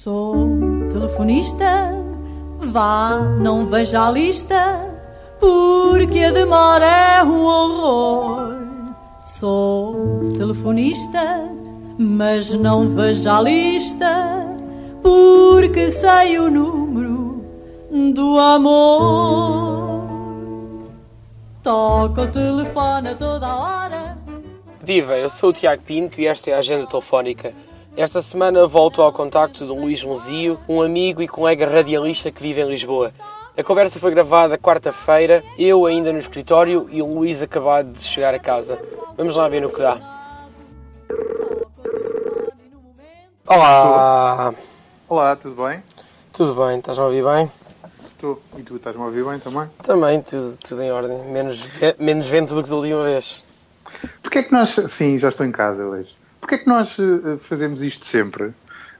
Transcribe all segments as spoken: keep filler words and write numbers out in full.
Sou telefonista, vá, não veja a lista, porque a demora é um horror. Sou telefonista, mas não veja a lista, porque sei o número do amor. Toca o telefone a toda a hora. Viva, eu sou o Tiago Pinto e esta é a Agenda Telefónica. Esta semana volto ao contacto de Luís Muzio, um amigo e colega radialista que vive em Lisboa. A conversa foi gravada quarta-feira, eu ainda no escritório e o Luís acabado de chegar a casa. Vamos lá ver no que dá. Olá! Olá, tudo bem? Tudo bem, estás-me a ouvir bem? Estou. E tu estás-me a ouvir bem também? Também, tudo, tudo em ordem. Menos, menos vento do que da última vez. Porquê é que nós... Sim, já estou em casa hoje. Porquê é que nós uh, fazemos isto sempre?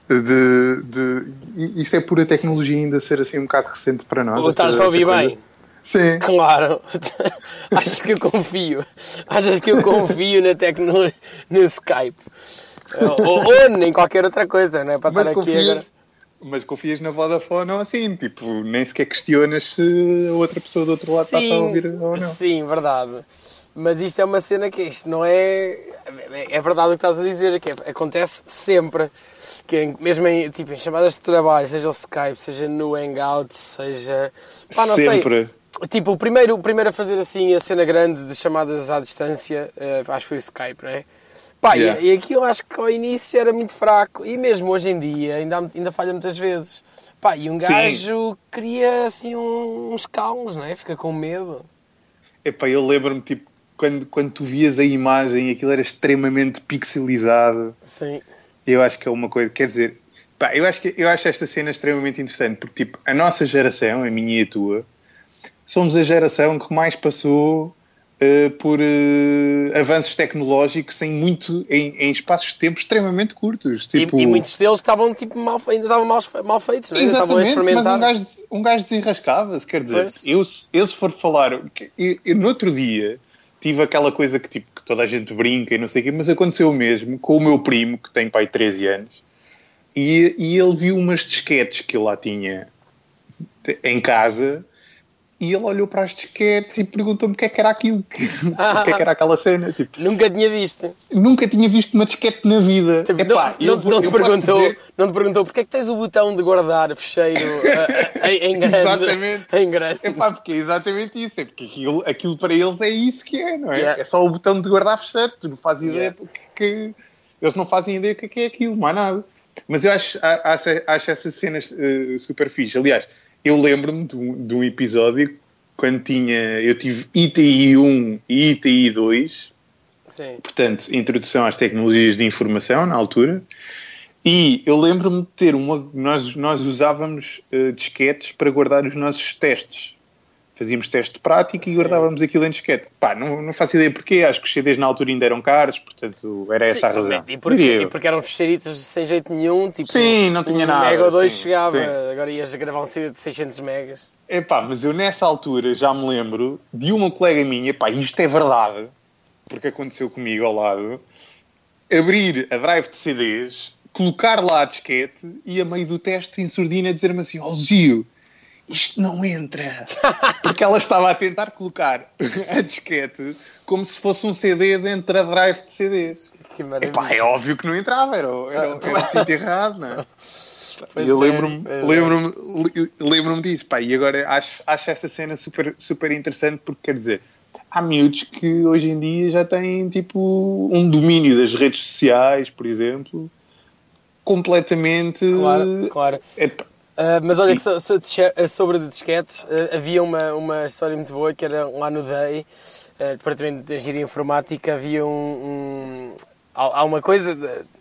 De, de... Isto é pura tecnologia ainda ser assim um bocado recente para nós. Ou estás a ouvir bem? Sim. Claro. Achas que eu confio? Achas que eu confio na tecnologia, no Skype? Ou, ou em qualquer outra coisa, não é? Para Mas estar aqui confias, agora. Mas confias na Vodafone ou assim? Tipo, nem sequer questionas se a outra pessoa do outro lado sim, está a ouvir ou não. Sim, verdade. Mas isto é uma cena que isto não é... É verdade o que estás a dizer, que é, acontece sempre. Que mesmo em, tipo, em chamadas de trabalho, seja o Skype, seja no Hangout, seja... Pá, não sempre. Sei. Tipo, o primeiro, o primeiro a fazer assim a cena grande de chamadas à distância, uh, acho que foi o Skype, não é? Pá, yeah. e, e aquilo acho que ao início era muito fraco. E mesmo hoje em dia ainda, ainda falha muitas vezes. Pá, e um gajo Sim. cria assim uns calmos, não é? Fica com medo. Epá, eu lembro-me, tipo, quando, quando tu vias a imagem, aquilo era extremamente pixelizado. Sim. Eu acho que é uma coisa, quer dizer, pá, eu acho que eu acho esta cena extremamente interessante, porque tipo, a nossa geração, a minha e a tua, somos a geração que mais passou uh, por uh, avanços tecnológicos em, muito, em, em espaços de tempo extremamente curtos. Tipo... E, e muitos deles estavam tipo, mal, ainda estavam mal, mal feitos, não é? Estavam a experimentar. Mas um gajo, um gajo desenrascava-se, quer dizer, eu, eu se for falar, eu, eu, no outro dia tive aquela coisa que, tipo, que toda a gente brinca e não sei o quê, mas aconteceu o mesmo com o meu primo, que tem pai treze anos, e, e ele viu umas disquetes que ele lá tinha em casa, e ele olhou para as disquetes e perguntou-me o que é que era aquilo, o que é que era aquela cena. Tipo, nunca tinha visto. Nunca tinha visto uma disquete na vida. Tipo, Epá, não, eu não, vou, não, te eu perguntou, dizer... não te perguntou porque é que tens o botão de guardar fecheiro uh, em, em grande. Exatamente. Em grande. Epá, porque é exatamente isso. É porque aquilo, aquilo para eles é isso que é, não é? Yeah. É só o botão de guardar fecheiro. Tu não fazes ideia Yeah. porque que... Eles não fazem ideia do que é aquilo, mais nada. Mas eu acho, acho, acho essas cenas uh, super fixe. Aliás, eu lembro-me de um, de um episódio quando tinha... Eu tive I T I um e I T I dois. Sim. Portanto, introdução às tecnologias de informação, na altura. E eu lembro-me de ter uma... Nós, nós usávamos uh, disquetes para guardar os nossos testes. Fazíamos teste de prática e Sim. guardávamos aquilo em disquete. Pá, não, não faço ideia porquê. Acho que os C Ds na altura ainda eram caros, portanto, era essa Sim, a razão. E porque, e porque eram fecheiritos sem jeito nenhum. Tipo, Sim, não tinha um nada. Um mega ou dois sim, chegava, sim. Agora ias gravar um C D de seiscentos megas. Epá, mas eu nessa altura já me lembro de uma colega minha, pá, isto é verdade, porque aconteceu comigo ao lado, abrir a drive de C Ds, colocar lá a disquete e a meio do teste em surdina dizer-me assim, ó oh, Gio, isto não entra. Porque ela estava a tentar colocar a disquete como se fosse um C D dentro da drive de C Ds. Que maravilha. Epá, é óbvio que não entrava, era, era, era o sítio errado, não é? Pois eu é, lembro-me, é. lembro-me, lembro-me disso, pá, e agora acho, acho essa cena super, super interessante porque, quer dizer, há miúdos que hoje em dia já têm, tipo, um domínio das redes sociais, por exemplo, completamente... Claro, claro. É, uh, mas olha, que sobre disquetes, uh, havia uma, uma história muito boa, que era lá no D E I, uh, Departamento de Engenharia Informática, havia um... um há uma coisa,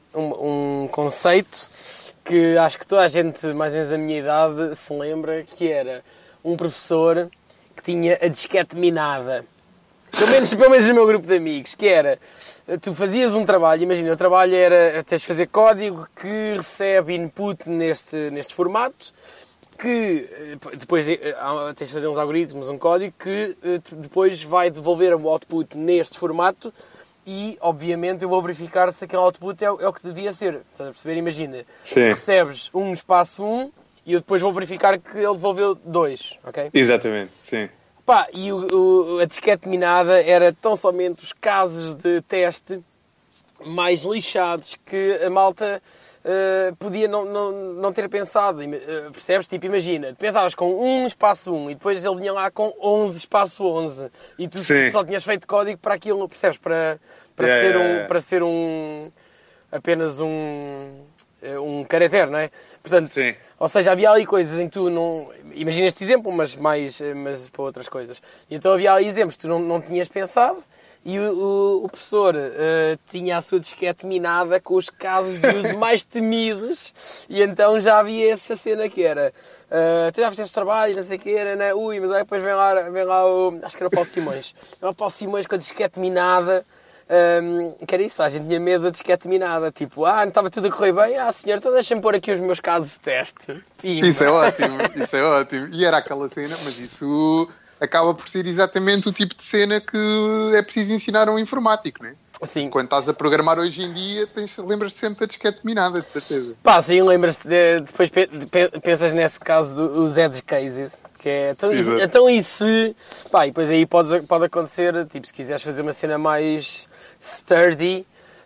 um, um conceito... que acho que toda a gente, mais ou menos da minha idade, se lembra, que era um professor que tinha a disquete minada. Pelo menos, pelo menos no meu grupo de amigos, que era, tu fazias um trabalho, imagina, o trabalho era, tens de fazer código que recebe input neste, neste formato, que depois tens de fazer uns algoritmos, um código, que depois vai devolver o output neste formato, e, obviamente, eu vou verificar se aquele output é, o- é o que devia ser. Estás a perceber? Imagina, Sim. recebes um espaço um e eu depois vou verificar que ele devolveu dois, ok? Exatamente, sim. Pá, e o, o- a disquete minada era tão somente os casos de teste mais lixados que a malta uh, podia não, não, não ter pensado. Uh, percebes? Tipo, imagina, pensavas com um espaço um e depois ele vinha lá com onze espaço onze e tu Sim. só tinhas feito código para aquilo, percebes? Para, para, Yeah, ser, yeah, um, yeah. para ser um... apenas um... um caractere, não é? Portanto, Sim. ou seja, havia ali coisas em que tu não... Imagina este exemplo, mas mais mas para outras coisas. E então havia ali exemplos que tu não, não tinhas pensado e o, o, o professor uh, tinha a sua disquete minada com os casos de uso mais temidos e então já havia essa cena que era uh, tu já fizeste trabalho, não sei o que era, né? Ui, mas aí depois vem lá, vem lá o... acho que era o Paulo Simões. Era o Paulo Simões com a disquete minada. Um, que era isso, a gente tinha medo da disquete minada, tipo, ah, não estava tudo a correr bem, ah senhor, então deixa-me pôr aqui os meus casos de teste. Pimba. Isso é ótimo, isso é ótimo. E era aquela cena, mas isso acaba por ser exatamente o tipo de cena que é preciso ensinar a um informático, não é? Sim. Quando estás a programar hoje em dia, tens, lembras-te sempre da disquete minada, de certeza. Pá, sim, lembras-te, de, depois pe- pe- pensas nesse caso dos edge cases, que é, então, e- Exato. então e se, pá, e depois aí pode, pode acontecer, tipo, se quiseres fazer uma cena mais sturdy,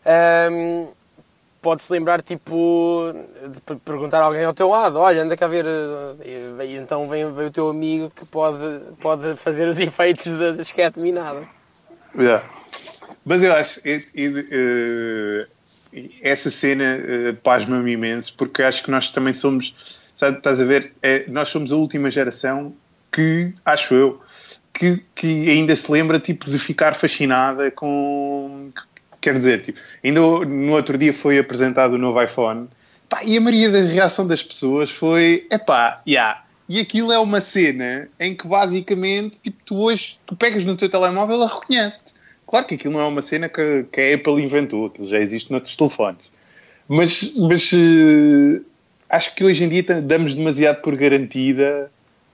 um, podes lembrar, tipo, de per- perguntar a alguém ao teu lado, olha, anda cá ver, e, e então vem, vem o teu amigo que pode, pode fazer os efeitos da disquete minada. Yeah. Mas eu acho e, e, uh, essa cena uh, pasma-me imenso, porque acho que nós também somos, sabe, estás a ver, é, nós somos a última geração que, acho eu, que, que ainda se lembra tipo, de ficar fascinada com... Quer dizer, tipo, ainda no outro dia foi apresentado o novo iPhone, pá, e a maioria da reação das pessoas foi, epá, yeah. E aquilo é uma cena em que basicamente, tipo, tu hoje, tu pegas no teu telemóvel, ela reconhece-te. Claro que aquilo não é uma cena que, que a Apple inventou, aquilo já existe noutros telefones. Mas, mas uh, acho que hoje em dia damos demasiado por garantida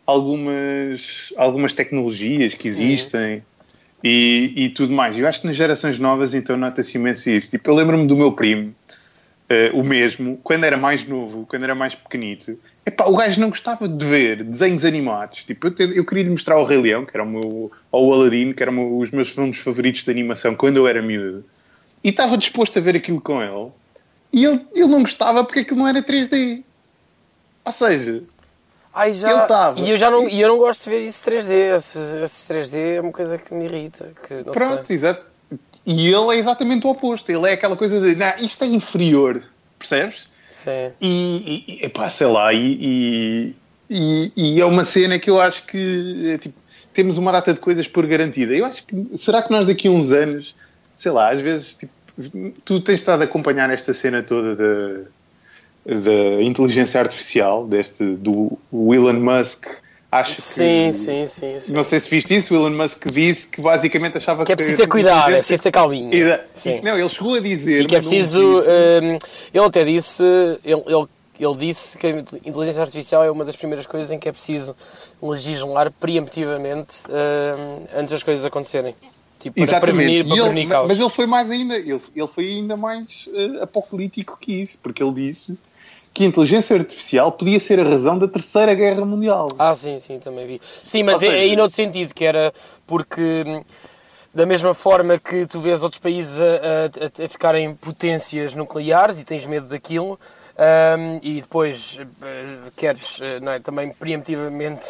algumas, algumas tecnologias que existem e, e tudo mais. Eu acho que nas gerações novas, então, nota-se imenso isso. Tipo, eu lembro-me do meu primo, uh, o mesmo, quando era mais novo, quando era mais pequenito, epá, o gajo não gostava de ver desenhos animados. Tipo, eu, te, eu queria lhe mostrar o Rei Leão, que era o meu, ou o Aladdin, que eram os meus filmes favoritos de animação quando eu era miúdo. E estava disposto a ver aquilo com ele. E ele, ele não gostava porque aquilo não era três D. Ou seja, Ai, já... ele estava... E eu já não, e eu não gosto de ver isso três D. Esses, esses três D é uma coisa que me irrita. Que não Pronto, sei. exato. E ele é exatamente o oposto. Ele é aquela coisa de, não, isto é inferior. Percebes? Sim. E, e epá, sei lá, e, e, e é uma cena que eu acho que é, tipo, temos uma data de coisas por garantida. Eu acho que, será que nós daqui a uns anos, sei lá, às vezes, tipo, tu tens estado a acompanhar esta cena toda da, da inteligência artificial, deste, do Elon Musk, acho Sim, que... sim, sim, sim. Não sei se viste isso, o Elon Musk disse que basicamente achava Que é preciso ter cuidado, é preciso ter calminho. Exato. Sim. Não, ele chegou a dizer... E que é mandou um preciso... tweet. hum, ele até disse... Ele, ele, ele disse que a inteligência artificial é uma das primeiras coisas em que é preciso legislar preemptivamente hum, antes das coisas acontecerem. Tipo, para Exatamente. prevenir, para E ele- prevenir caos. mas ele foi mais ainda, ele, ele foi ainda mais uh, apocalíptico que isso, porque ele disse que a inteligência artificial podia ser a razão da Terceira Guerra Mundial. Ah, sim, sim, também vi. Sim, mas Ou seja- é aí noutro sentido, que era porque... hum, da mesma forma que tu vês outros países a, a, a ficarem potências nucleares e tens medo daquilo, um, e depois uh, queres uh, não é, também preemptivamente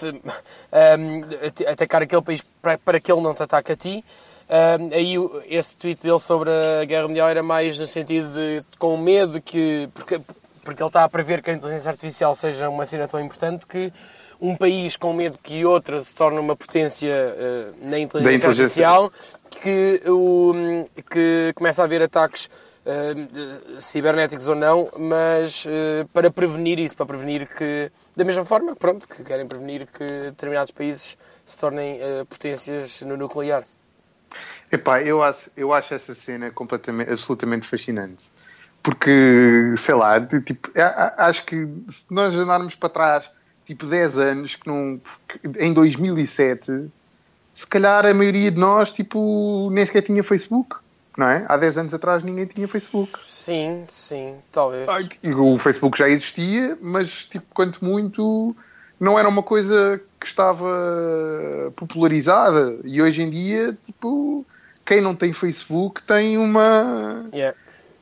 um, atacar aquele país para, para que ele não te ataque a ti, um, aí o- esse tweet dele sobre a Guerra Mundial era mais no sentido de com medo que... Porque, porque ele está a prever que a inteligência artificial seja uma cena tão importante que um país com medo que outra se torne uma potência uh, na inteligência, inteligência. artificial, que, o, que começa a haver ataques uh, cibernéticos ou não, mas uh, para prevenir isso, para prevenir que, da mesma forma, pronto, que querem prevenir que determinados países se tornem uh, potências no nuclear. Epá, eu acho, eu acho essa cena completamente, absolutamente fascinante. Porque, sei lá, de, tipo, a- a- acho que se nós andarmos para trás, tipo dez anos, que não, que em dois mil e sete, se calhar a maioria de nós, tipo, nem sequer tinha Facebook. não é? Há dez anos atrás ninguém tinha Facebook. Sim, sim, talvez. O Facebook já existia, mas, tipo, quanto muito, não era uma coisa que estava popularizada. E hoje em dia, tipo, quem não tem Facebook tem uma... Yeah.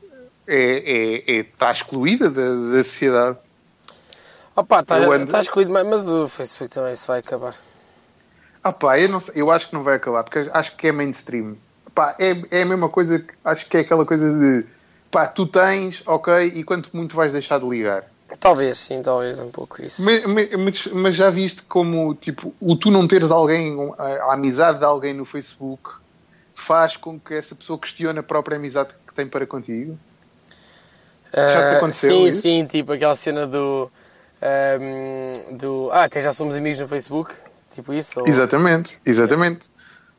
É, é, é, está excluída da, da sociedade. Opa, está ando... tá excluído, mas o Facebook também se vai acabar. Ah pá, eu, não sei, eu acho que não vai acabar, porque acho que é mainstream. Pá, é, é a mesma coisa, que, acho que é aquela coisa de, pá, tu tens, ok, e quanto muito vais deixar de ligar. Talvez, sim, talvez um pouco isso. Mas, mas, mas já viste como, tipo, o tu não teres alguém, a, a amizade de alguém no Facebook faz com que essa pessoa questione a própria amizade que tem para contigo? Uh, já te aconteceu sim, isso? Sim, tipo aquela cena do, um, do... Ah, até já somos amigos no Facebook? Tipo isso? Ou... Exatamente, exatamente.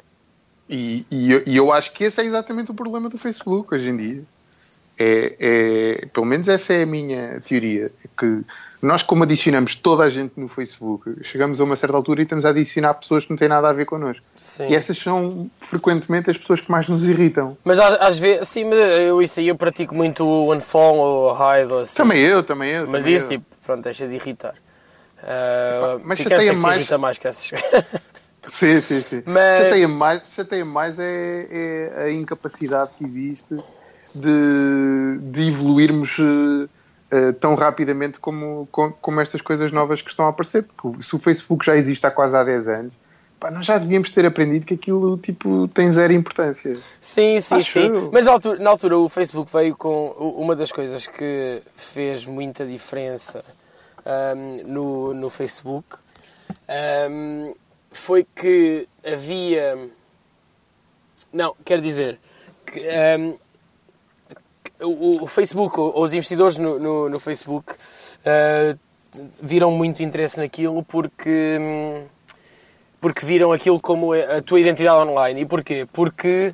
E, e, eu, e eu acho que esse é exatamente o problema do Facebook hoje em dia. É, é, pelo menos essa é a minha teoria. É que nós, como adicionamos toda a gente no Facebook, chegamos a uma certa altura e estamos a adicionar pessoas que não têm nada a ver connosco. Sim. E essas são frequentemente as pessoas que mais nos irritam. Mas às, às vezes, sim, mas eu, isso aí eu pratico muito o unfollow ou hide ou assim. Também eu, também eu. Mas também isso, eu. tipo, pronto, deixa de irritar. Uh, mas chateia mais... se irrita mais que essas coisas. Sim, sim, sim. Mas... Chateia mais, chateia mais é, é a incapacidade que existe de, de evoluirmos uh, uh, tão rapidamente como, como, como estas coisas novas que estão a aparecer. Porque se o Facebook já existe há quase há dez anos, pá, nós já devíamos ter aprendido que aquilo tipo, tem zero importância. Sim, sim, Acho sim. eu. Mas na altura, na altura o Facebook veio com uma das coisas que fez muita diferença um, no, no Facebook. Um, foi que havia... Não, quero dizer... que um, o, o Facebook, os investidores no, no, no Facebook uh, viram muito interesse naquilo porque, porque viram aquilo como a tua identidade online. E porquê? Porque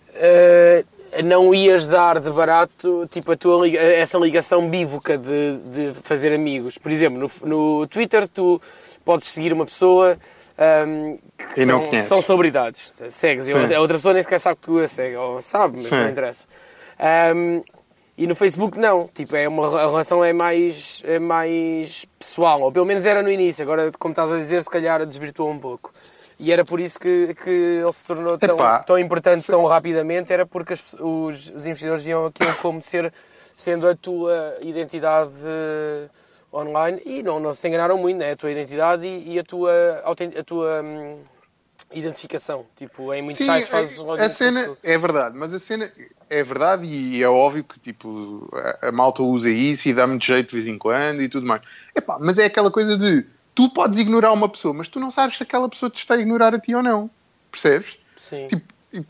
uh, não ias dar de barato tipo, a tua, essa ligação bívoca de, de fazer amigos. Por exemplo, no, no Twitter tu podes seguir uma pessoa um, que são, são celebridades. Segues. E a outra pessoa nem sequer sabe que tu a segue. Ou sabe, mas Sim. não interessa. Um, e no Facebook não, tipo, é uma, a relação é mais, é mais pessoal, ou pelo menos era no início, agora como estás a dizer se calhar desvirtuou um pouco. E era por isso que, que ele se tornou tão, tão importante tão rapidamente, era porque as, os, os investidores viam aquilo como ser, sendo a tua identidade online, e não, não se enganaram muito, né? A tua identidade e, e a tua, a tua hum, identificação. Tipo, em muitos Sim, sites fazes a, a cena é verdade, mas a cena é verdade e é óbvio que tipo, a, a malta usa isso e dá-me de jeito de vez em quando e tudo mais. Epá, mas é aquela coisa de tu podes ignorar uma pessoa, mas tu não sabes se aquela pessoa te está a ignorar a ti ou não. Percebes? Sim. Tipo,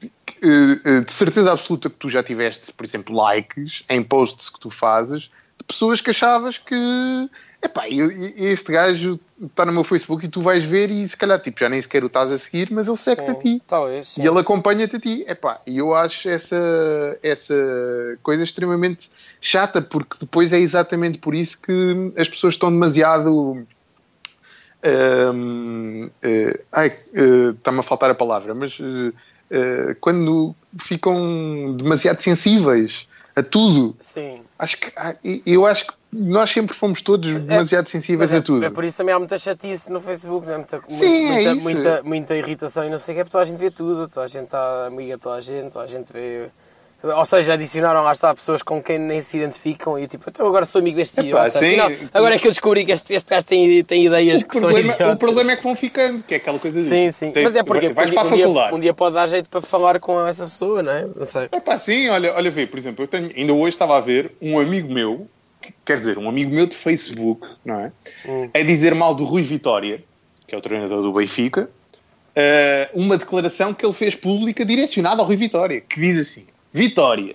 de certeza absoluta que tu já tiveste, por exemplo, likes em posts que tu fazes de pessoas que achavas que epá, este gajo está no meu Facebook e tu vais ver e se calhar tipo, já nem sequer o estás a seguir, mas ele segue-te a ti. Talvez, sim. E ele acompanha-te a ti. Epá, e eu acho essa, essa coisa extremamente chata, porque depois é exatamente por isso que as pessoas estão demasiado... Um, uh, ai, uh, está-me a faltar a palavra, mas uh, uh, quando ficam demasiado sensíveis a tudo. Sim. Acho que, eu acho que nós sempre fomos todos demasiado é, sensíveis é, a tudo. É por isso também há muita chatice no Facebook, não é? Muita, Sim, muita, é muita, muita, muita irritação e não sei o que, é porque toda a gente vê tudo, toda a gente está amiga, toda a gente, toda a gente vê... Ou seja, adicionaram lá está pessoas com quem nem se identificam e tipo, então agora sou amigo deste tio. Epá, sim, Afinal, agora é que eu descobri que este, este gajo tem, tem ideias o que problema, são idiotas. O problema é que vão ficando, que é aquela coisa de... Sim, sim. Tem, mas é porque vais um, para a um, faculdade. dia, um dia pode dar jeito para falar com essa pessoa, não é? Não sei. É pá, sim, olha, olha vê, por exemplo, eu tenho, ainda hoje estava a ver um amigo meu, quer dizer, um amigo meu de Facebook, não é? Hum. A dizer mal do Rui Vitória, que é o treinador do Benfica, uh, uma declaração que ele fez pública direcionada ao Rui Vitória, que diz assim: Vitória,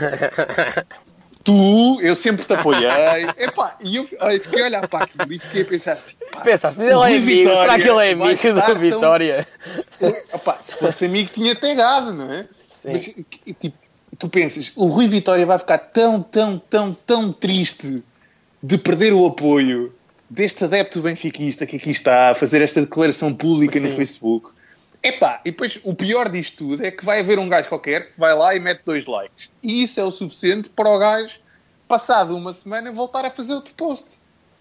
tu, eu sempre te apoiei. Epá, e eu olha, fiquei a olhar para aquilo e fiquei a pensar assim: pá, pensaste, mas ele é amigo, Vitória, será que ele é amigo do Vitória? Tão... Epá, se fosse amigo tinha pegado, não é? Sim. Mas, tipo, tu pensas, o Rui Vitória vai ficar tão, tão, tão, tão triste de perder o apoio deste adepto benfiquista que aqui está a fazer esta declaração pública Sim. no Facebook. Epá, e depois o pior disto tudo é que vai haver um gajo qualquer que vai lá e mete dois likes. E isso é o suficiente para o gajo, passado uma semana, voltar a fazer outro post.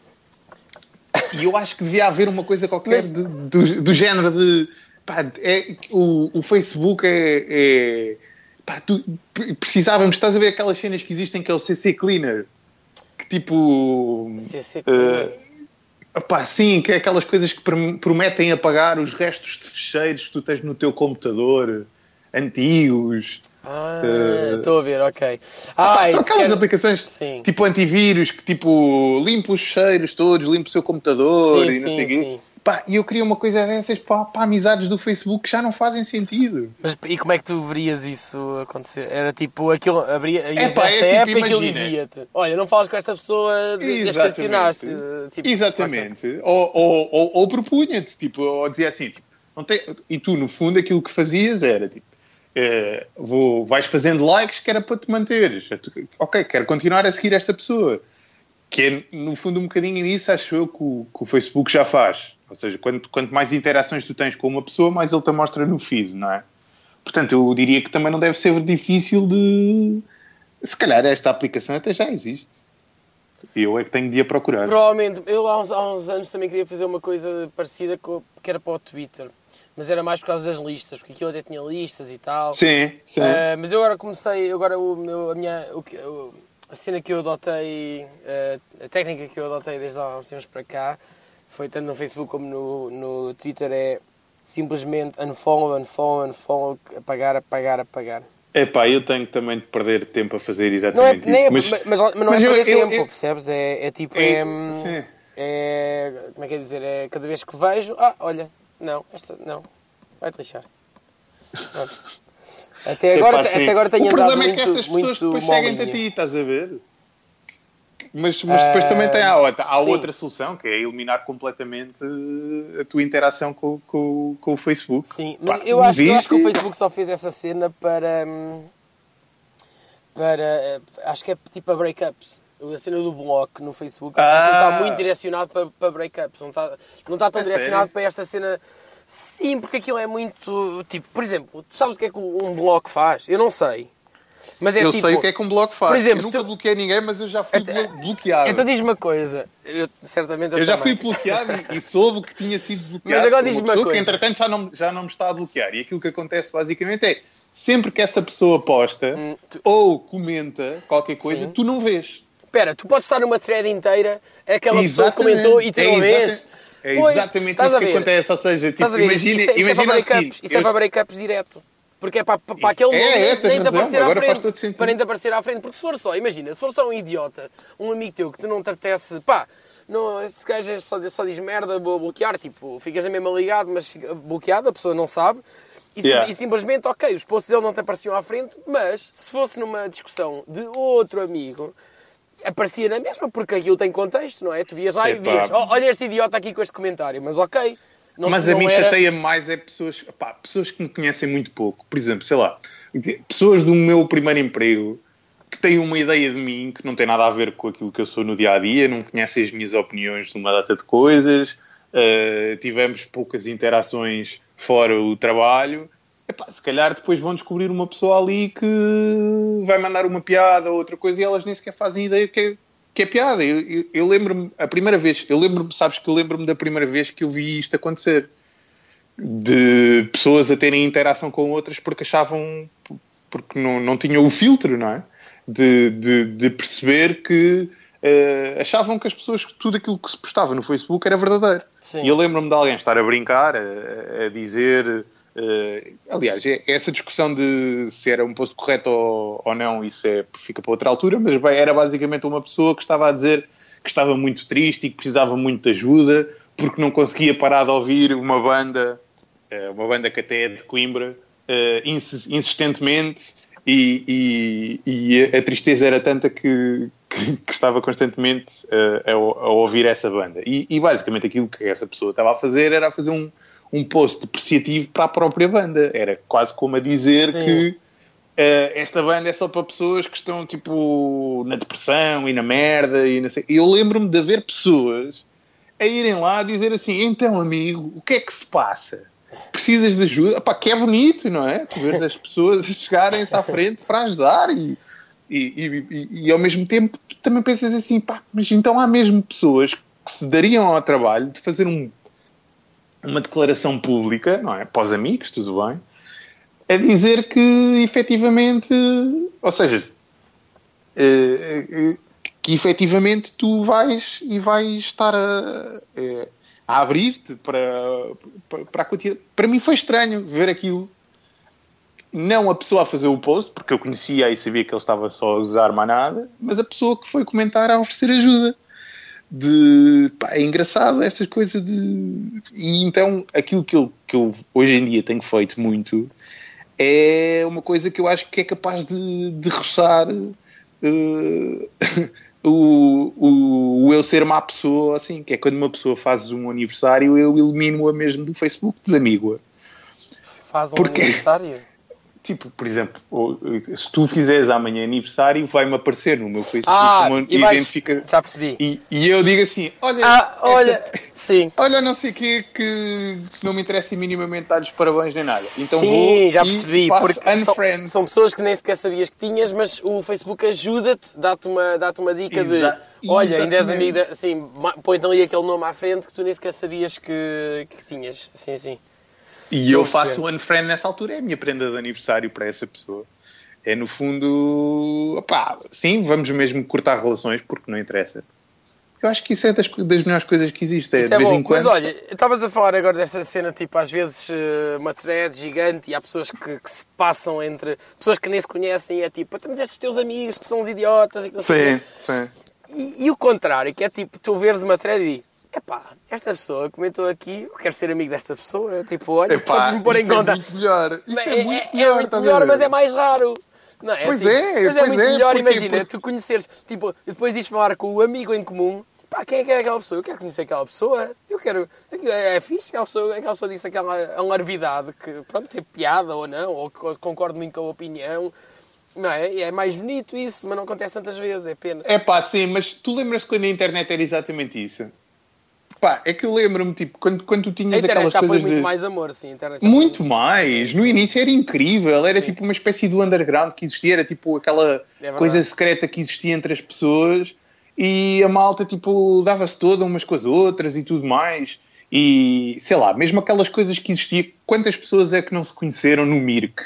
E eu acho que devia haver uma coisa qualquer Mas... de, do, do género de... Pá, é, o, o Facebook é... é pá, tu, precisávamos... Estás a ver aquelas cenas que existem que é o C C Cleaner? Que tipo... C C Cleaner? Uh, pá, sim, que é aquelas coisas que prometem apagar os restos de ficheiros que tu tens no teu computador, antigos... Ah, estou uh, a ver, ok. Ah, pá, são aquelas quer... aplicações sim. tipo antivírus que tipo limpa os cheiros todos, limpa o seu computador sim, e não sim, sei o quê. Pá, e eu queria uma coisa dessas para, para amizades do Facebook que já não fazem sentido. Mas e como é que tu verias isso acontecer? Era tipo, aquilo abria é, pá, essa é, app tipo, e aquilo dizia-te: olha, não falas com esta pessoa desde que adicionaste. Tipo, exatamente. Okay. Ou, ou, ou, ou propunha-te, tipo, ou dizia assim, tipo, não tem... e tu no fundo aquilo que fazias era tipo, Uh, vou, vais fazendo likes que era para te manteres. Ok, quero continuar a seguir esta pessoa. Que é, no fundo, um bocadinho isso, acho eu, que o, que o Facebook já faz. Ou seja, quanto, quanto mais interações tu tens com uma pessoa, mais ele te mostra no feed, não é? Portanto, eu diria que também não deve ser difícil de... Se calhar esta aplicação até já existe. Eu é que tenho de ir a procurar. Provavelmente. Eu há uns, há uns anos também queria fazer uma coisa parecida com, que era para o Twitter. Mas era mais por causa das listas, porque aquilo até tinha listas e tal. Sim, sim. Uh, mas eu agora comecei, agora o meu, a minha, o, a cena que eu adotei, uh, a técnica que eu adotei desde há uns tempos para cá, foi tanto no Facebook como no, no Twitter, é simplesmente unfollow, unfollow, unfollow, apagar, apagar, apagar. Epá, eu tenho também de perder tempo a fazer exatamente não é, isso. Mas, mas, mas não mas é perder eu, tempo, eu, percebes? É, é tipo, é, é, é, como é que é dizer, é cada vez que vejo, ah, olha, não, esta, não, vai-te lixar. Pronto. Até agora, Epá, até agora tenho o andado problema muito, é que essas pessoas depois seguem-te a ti, estás a ver? Mas, mas depois uh, também tem a outra, há outra solução, que é eliminar completamente a tua interação com, com, com o Facebook. Sim, mas Pá, eu, acho, eu acho que o Facebook só fez essa cena para... para acho que é tipo a breakups. A cena do bloco no Facebook ah. está muito direcionado para, para breakups. Não está, não está tão é direcionado sério? Para esta cena... Sim, porque aquilo é muito... Tipo, por exemplo, tu sabes o que é que um bloco faz? Eu não sei. Mas é eu tipo, sei o que é que um bloco faz. Por exemplo, eu nunca tu... bloqueei ninguém, mas eu já fui então, bloqueado. Então diz-me uma coisa. Eu, certamente eu, eu já também. fui bloqueado e, e soube que tinha sido bloqueado. Mas agora diz-me uma, uma coisa. Que entretanto já não, já não me está a bloquear. E aquilo que acontece basicamente é, sempre que essa pessoa posta hum, tu... ou comenta qualquer coisa, Sim. tu não vês. Espera, tu podes estar numa thread inteira, aquela exatamente. Pessoa comentou e tu não é vês. É exatamente pois, isso que acontece. Ou seja, tipo, imagina, isso, é, imagina isso é para breakups, seguinte, isso eu... é para breakups direto. Porque é para, para, para aquele nome é, é, nem de aparecer Agora à frente. Para nem de aparecer à frente. Porque se for só, imagina, se for só um idiota, um amigo teu que tu não te apetece, pá, não, esse gajo só, só diz merda, vou bloquear, tipo, ficas mesmo ligado, mas bloqueado, a pessoa não sabe. E, yeah. e simplesmente, ok, os posts dele não te apareciam à frente, mas se fosse numa discussão de outro amigo, aparecia na mesma, porque aquilo tem contexto, não é? Tu vias lá e vias, oh, olha este idiota aqui com este comentário, mas ok. Não, mas não a mim era... chateia mais é pessoas, pá, pessoas que me conhecem muito pouco. Por exemplo, sei lá, pessoas do meu primeiro emprego que têm uma ideia de mim que não tem nada a ver com aquilo que eu sou no dia-a-dia, não conhecem as minhas opiniões de uma data de coisas, uh, tivemos poucas interações fora o trabalho. Epá, se calhar depois vão descobrir uma pessoa ali que vai mandar uma piada ou outra coisa e elas nem sequer fazem ideia que é, que é piada. Eu, eu, eu lembro-me, a primeira vez, eu lembro-me, sabes que eu lembro-me da primeira vez que eu vi isto acontecer. De pessoas a terem interação com outras porque achavam, porque não, não tinham o filtro, não é? De, de, de perceber que uh, achavam que as pessoas, tudo aquilo que se postava no Facebook era verdadeiro. Sim. E eu lembro-me de alguém estar a brincar, a, a dizer... Uh, aliás, é, essa discussão de se era um post correto ou, ou não, isso é, fica para outra altura, mas bem, era basicamente uma pessoa que estava a dizer que estava muito triste e que precisava muito de ajuda porque não conseguia parar de ouvir uma banda, uh, uma banda que até é de Coimbra, uh, ins- insistentemente e, e, e a tristeza era tanta que, que, que estava constantemente uh, a, a ouvir essa banda. E, e basicamente aquilo que essa pessoa estava a fazer era a fazer um um post depreciativo para a própria banda. Era quase como a dizer Sim. que uh, esta banda é só para pessoas que estão, tipo, na depressão e na merda e não sei. E eu lembro-me de haver pessoas a irem lá a dizer assim, então, amigo, o que é que se passa? precisas de ajuda, epá, que é bonito, não é? Tu vês as pessoas chegarem-se à frente para ajudar e, e, e, e, e ao mesmo tempo tu também pensas assim, pá, mas então há mesmo pessoas que se dariam ao trabalho de fazer um, uma declaração pública, não é? Para os amigos, tudo bem, a dizer que efetivamente, ou seja, que efetivamente tu vais e vais estar a, a abrir-te para, para, para a quantidade. Para mim foi estranho ver aquilo. Não a pessoa a fazer o post, porque eu conhecia e sabia que ele estava só a usar mais nada, mas a pessoa que foi comentar a oferecer ajuda. De, pá, é engraçado estas coisas de... E então aquilo que eu, que eu hoje em dia tenho feito muito é uma coisa que eu acho que é capaz de, de roçar uh, o, o, o eu ser má pessoa, assim, que é quando uma pessoa faz um aniversário, eu elimino-a mesmo do Facebook, desamigo-a. Faz um Porque... aniversário? Tipo, por exemplo, se tu fizeres amanhã aniversário, vai-me aparecer no meu Facebook ah, como e vais... identifica... Já percebi. E, e eu digo assim, olha... Ah, olha, esta... sim. Olha, não sei o quê, que não me interessa minimamente dar-lhes parabéns nem nada. Então sim, vou já e percebi. faço Porque unfriend. são, são pessoas que nem sequer sabias que tinhas, mas o Facebook ajuda-te, dá-te uma, dá-te uma dica Exa- de... Olha, ainda és exatamente. amiga... Assim, põe-te ali aquele nome à frente que tu nem sequer sabias que, que tinhas. Sim, sim. E Estou eu a perceber. faço o unfriend nessa altura, é a minha prenda de aniversário para essa pessoa. É no fundo, opá, sim, vamos mesmo cortar relações porque não interessa. Eu acho que isso é das, das melhores coisas que existe. É, Isso de é vez bom, em quando. mas olha, estavas a falar agora desta cena, tipo, às vezes uh, uma thread gigante e há pessoas que, que se passam entre pessoas que nem se conhecem e é tipo, mas estes teus amigos que são uns idiotas e que não sei o Sim, quê. sim. E, e o contrário, que é tipo, tu veres uma thread e epá, esta pessoa comentou aqui, eu quero ser amigo desta pessoa, tipo, olha, Epá, podes-me pôr em isso conta. É muito melhor. Isso é, é, muito é, melhor, é muito estás a melhor, ver? mas é mais raro. Não, é, Pois tipo, é, mas é pois muito é, melhor, porque- imagina, porque- tu conheceres, tipo, depois dizes falar com o amigo em comum, pá, quem é que é aquela pessoa? Eu quero conhecer aquela pessoa, eu quero, é, é fixe, aquela pessoa, aquela pessoa disse aquela alarvidade que, pronto, tem piada ou não, ou que concordo muito com a opinião, não é? E é mais bonito isso, mas não acontece tantas vezes, é pena. É pá, sim, mas tu lembras quando a internet era exatamente isso? Pá, é que eu lembro-me, tipo, quando, quando tu A tinhas internet aquelas já foi coisas muito de... mais amor, sim, a internet já Muito foi mais. Sim, No sim. início era incrível. Era Sim. tipo uma espécie de underground que existia. Era tipo aquela verdade. coisa secreta que existia entre as pessoas. E a malta, tipo, dava-se toda umas com as outras e tudo mais. E, sei lá, mesmo aquelas coisas que existiam. Quantas pessoas é que não se conheceram no Mirk?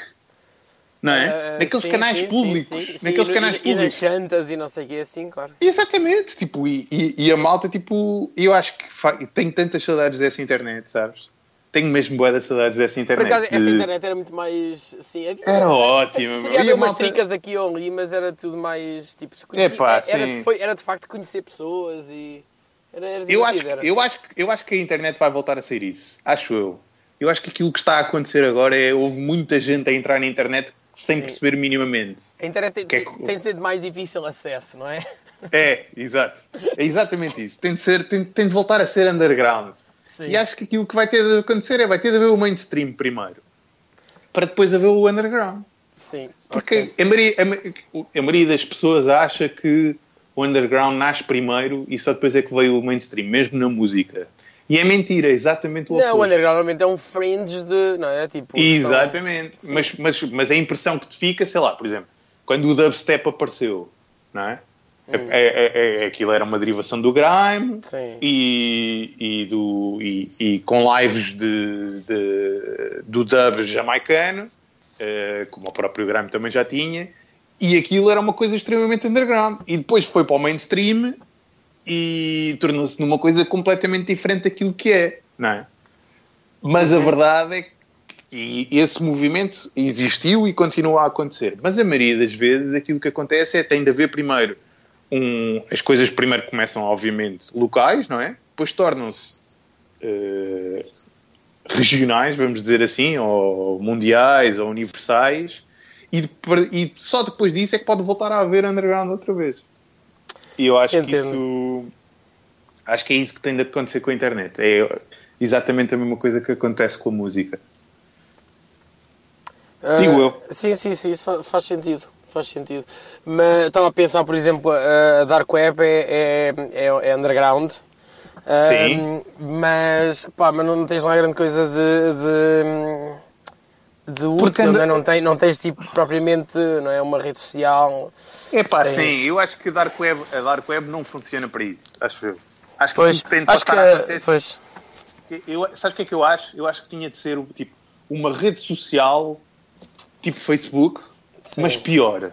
Não é? Ah, Naqueles sim, canais sim, públicos. sim, sim, sim. Naqueles E no- canais e, e nas públicos. chantas e não sei o quê, assim, claro. Exatamente. Tipo, e, e, e a malta, tipo... Eu acho que fa... tenho tantas saudades dessa internet, sabes? Tenho mesmo bué de saudades dessa Por internet. acaso, essa de- internet era muito mais, assim... Havia, Era ótima. Podia meu. E haver a umas malta- tricas aqui ou ali, mas era tudo mais, tipo... se conhecia- Epá, era, sim. de, foi, era de facto conhecer pessoas e... Era, era Eu acho, divertido, era. que- eu, acho, que- eu acho que a internet vai voltar a ser isso. Acho eu. Eu acho que aquilo que está a acontecer agora é... Houve muita gente a entrar na internet sem Sim. perceber minimamente. A internet tem, Que é tem, que- tem de ser de mais difícil acesso, não é? É, exato. É exatamente isso. Tem de, ser, tem, tem de voltar a ser underground. Sim. E acho que aquilo que vai ter de acontecer é vai ter de haver o mainstream primeiro. Para depois haver o underground. Sim. Porque ok. a, maioria, a, ma- a maioria das pessoas acha que o underground nasce primeiro e só depois é que veio o mainstream, mesmo na música. E é mentira, é exatamente o Não, o oposto. underground normalmente é um fringe de... Não é? Tipo, Exatamente. Mas, mas, mas a impressão que te fica, sei lá, por exemplo, quando o dubstep apareceu, não é? É, é, é, aquilo era uma derivação do grime Sim. e, e, do, e, e com lives de, de, do dub jamaicano, eh, como o próprio grime também já tinha, e aquilo era uma coisa extremamente underground. E depois foi para o mainstream e tornou-se numa coisa completamente diferente daquilo que é, não é? Mas a verdade é que e esse movimento existiu e continua a acontecer. Mas a maioria das vezes aquilo que acontece é que tem de haver primeiro um, as coisas primeiro começam obviamente locais, não é? Depois tornam-se uh, regionais, vamos dizer assim, ou mundiais ou universais e, de, e só depois disso é que pode voltar a haver underground outra vez. E eu acho Entendo. que isso acho que é isso que tem de acontecer com a internet. É exatamente a mesma coisa que acontece com a música. Ah, Digo eu. Sim, sim, sim, isso fa- faz sentido. Faz sentido. Mas estava a pensar, por exemplo, a Dark Web é, é, é, é underground. Sim. Um, mas, pá, mas não tens lá grande coisa de... de... de útil, anda... não, tem, não tens tipo propriamente, não é, uma rede social. É pá, tens... sim, eu acho que a Dark Web, a Dark Web não funciona para isso, acho eu. Acho que pois, depende de acho passar que, a acontecer. Pois. Eu, sabes o que é que eu acho? Eu acho que tinha de ser tipo, uma rede social tipo Facebook, sim, mas pior.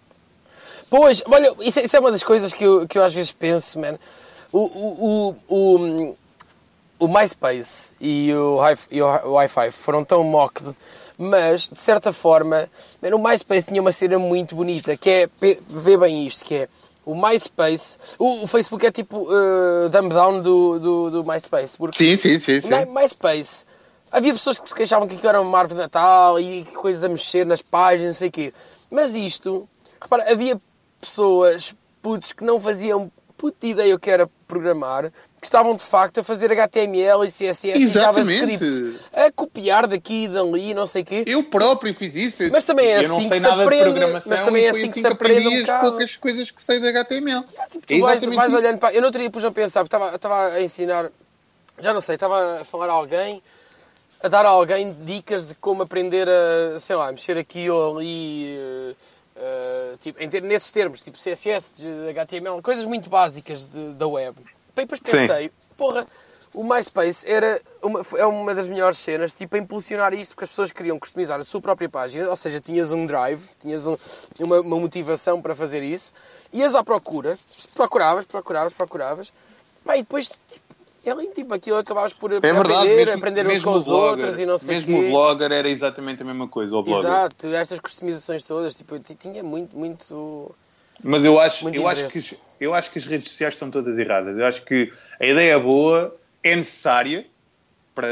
Pois, olha, isso, isso é uma das coisas que eu, que eu às vezes penso, man. O, o, o, o, o MySpace e o, e o Wi-Fi foram tão mocked, mas, de certa forma, man, o MySpace tinha uma cena muito bonita, que é, vê bem isto, que é o MySpace... O, o Facebook é tipo uh, dumb down do, do, do MySpace. Porque sim, sim, sim, sim. No MySpace, havia pessoas que se queixavam que aquilo era uma árvore de Natal e coisas a mexer nas páginas, não sei o quê. Mas isto, repara, havia pessoas, putos, que não faziam puta ideia o que era programar, que estavam de facto a fazer H T M L e C S S exatamente, e JavaScript, a copiar daqui e dali, não sei o quê. Eu próprio fiz isso. Mas também é eu assim não sei que nada se aprende, de programação, mas também é assim, assim que assim se que aprende aprendi um as bocado. poucas coisas que sei de H T M L. Ah, tipo, tu é vais, vais isso. olhando para... Eu não teria pus a pensar, porque estava, estava a ensinar, já não sei, estava a falar a alguém, a dar a alguém dicas de como aprender a, sei lá, mexer aqui ou ali, uh, uh, tipo, em ter, nesses termos, tipo C S S, de H T M L, coisas muito básicas de, da web. E depois pensei, sim, porra, o MySpace era uma, é uma das melhores cenas, tipo, a impulsionar isto, porque as pessoas queriam customizar a sua própria página, ou seja, tinhas um drive, tinhas um, uma, uma motivação para fazer isso, ias à procura, procuravas, procuravas, procuravas, pá, e depois, tipo, ali, tipo, aquilo acabavas por, por é verdade, aprender, mesmo, aprender uns com os blogger, outros e não sei o quê. Mesmo o Blogger era exatamente a mesma coisa, o Blogger. Exato, estas customizações todas, tipo, eu tinha muito, muito... Mas eu acho, eu, acho que, eu acho que as redes sociais estão todas erradas. Eu acho que a ideia boa é necessária para,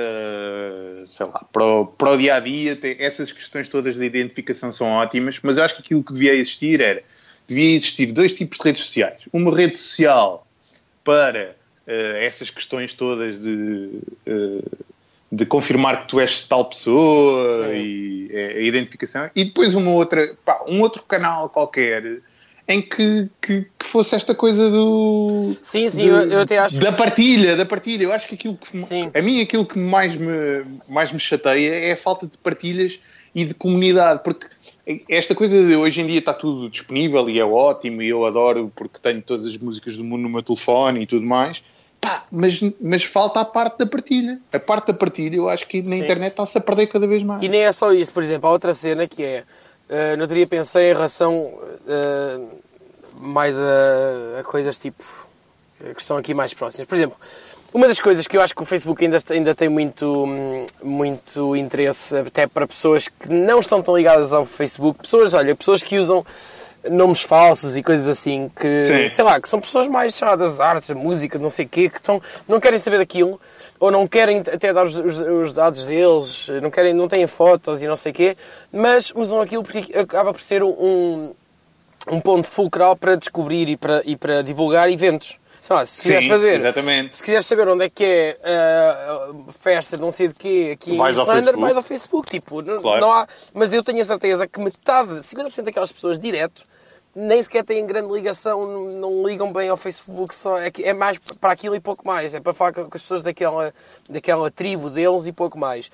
sei lá, para o, para o dia-a-dia. Essas questões todas de identificação são ótimas, mas eu acho que aquilo que devia existir era, devia existir dois tipos de redes sociais. Uma rede social para uh, essas questões todas de, uh, de confirmar que tu és tal pessoa, sim, e a, a identificação, e depois uma outra, pá, um outro canal qualquer em que, que, que fosse esta coisa do... Sim, sim, de, eu, eu até acho... Da partilha, da partilha. Eu acho que aquilo que... Sim. A mim, aquilo que mais me, mais me chateia é a falta de partilhas e de comunidade. Porque esta coisa de hoje em dia está tudo disponível e é ótimo e eu adoro porque tenho todas as músicas do mundo no meu telefone e tudo mais. Pá, mas, mas falta a parte da partilha. A parte da partilha, eu acho que na, sim, internet está-se a perder cada vez mais. E nem é só isso. Por exemplo, há outra cena que é... Uh, não teria pensei em relação uh, mais a, a coisas tipo que estão aqui mais próximas. Por exemplo, uma das coisas que eu acho que o Facebook ainda, ainda tem muito, muito interesse, até para pessoas que não estão tão ligadas ao Facebook, pessoas, olha, pessoas que usam nomes falsos e coisas assim, que, sim, sei lá, que são pessoas mais, sei lá, das artes, da música, não sei o quê, que estão, não querem saber daquilo, ou não querem até dar os, os, os dados deles, não, querem, não têm fotos e não sei o quê, mas usam aquilo porque acaba por ser um, um ponto fulcral para descobrir e para, e para divulgar eventos. Sei lá, se quiseres, sim, fazer, exatamente, se quiseres saber onde é que é a uh, festa de não sei de quê aqui vais em Islander, vais ao Facebook. Tipo, claro, não, não há, mas eu tenho a certeza que metade, cinquenta por cento daquelas pessoas direto, nem sequer têm grande ligação, não ligam bem ao Facebook, só é, é mais para aquilo e pouco mais. É para falar com as pessoas daquela, daquela tribo deles e pouco mais.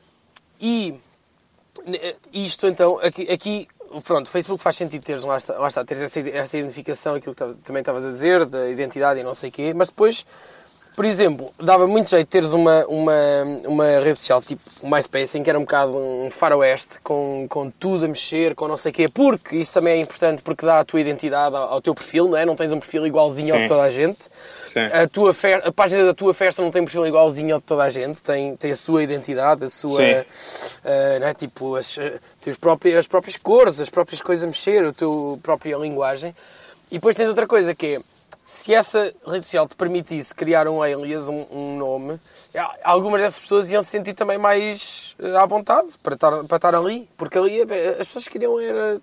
E isto então, aqui... aqui pronto, o Facebook faz sentido teres, lá está, lá está teres essa, essa identificação, aquilo que também estavas a dizer, da identidade e não sei o quê, mas depois, por exemplo, dava muito jeito teres uma, uma, uma rede social tipo o MySpace, em que era um bocado um faroeste, com, com tudo a mexer, com não sei o quê, porque isso também é importante, porque dá a tua identidade ao, ao teu perfil, não é? Não tens um perfil igualzinho, sim, ao de toda a gente. A, tua fe- a página da tua festa não tem um perfil igualzinho ao de toda a gente, tem, tem a sua identidade, a sua, uh, não é? Tipo, as, tem os próprios, as próprias cores, as próprias coisas a mexer, a tua própria linguagem. E depois tens outra coisa que é, se essa rede social te permitisse criar um alias, um, um nome, algumas dessas pessoas iam se sentir também mais uh, à vontade para estar, para estar ali, porque ali as pessoas queriam era, uh,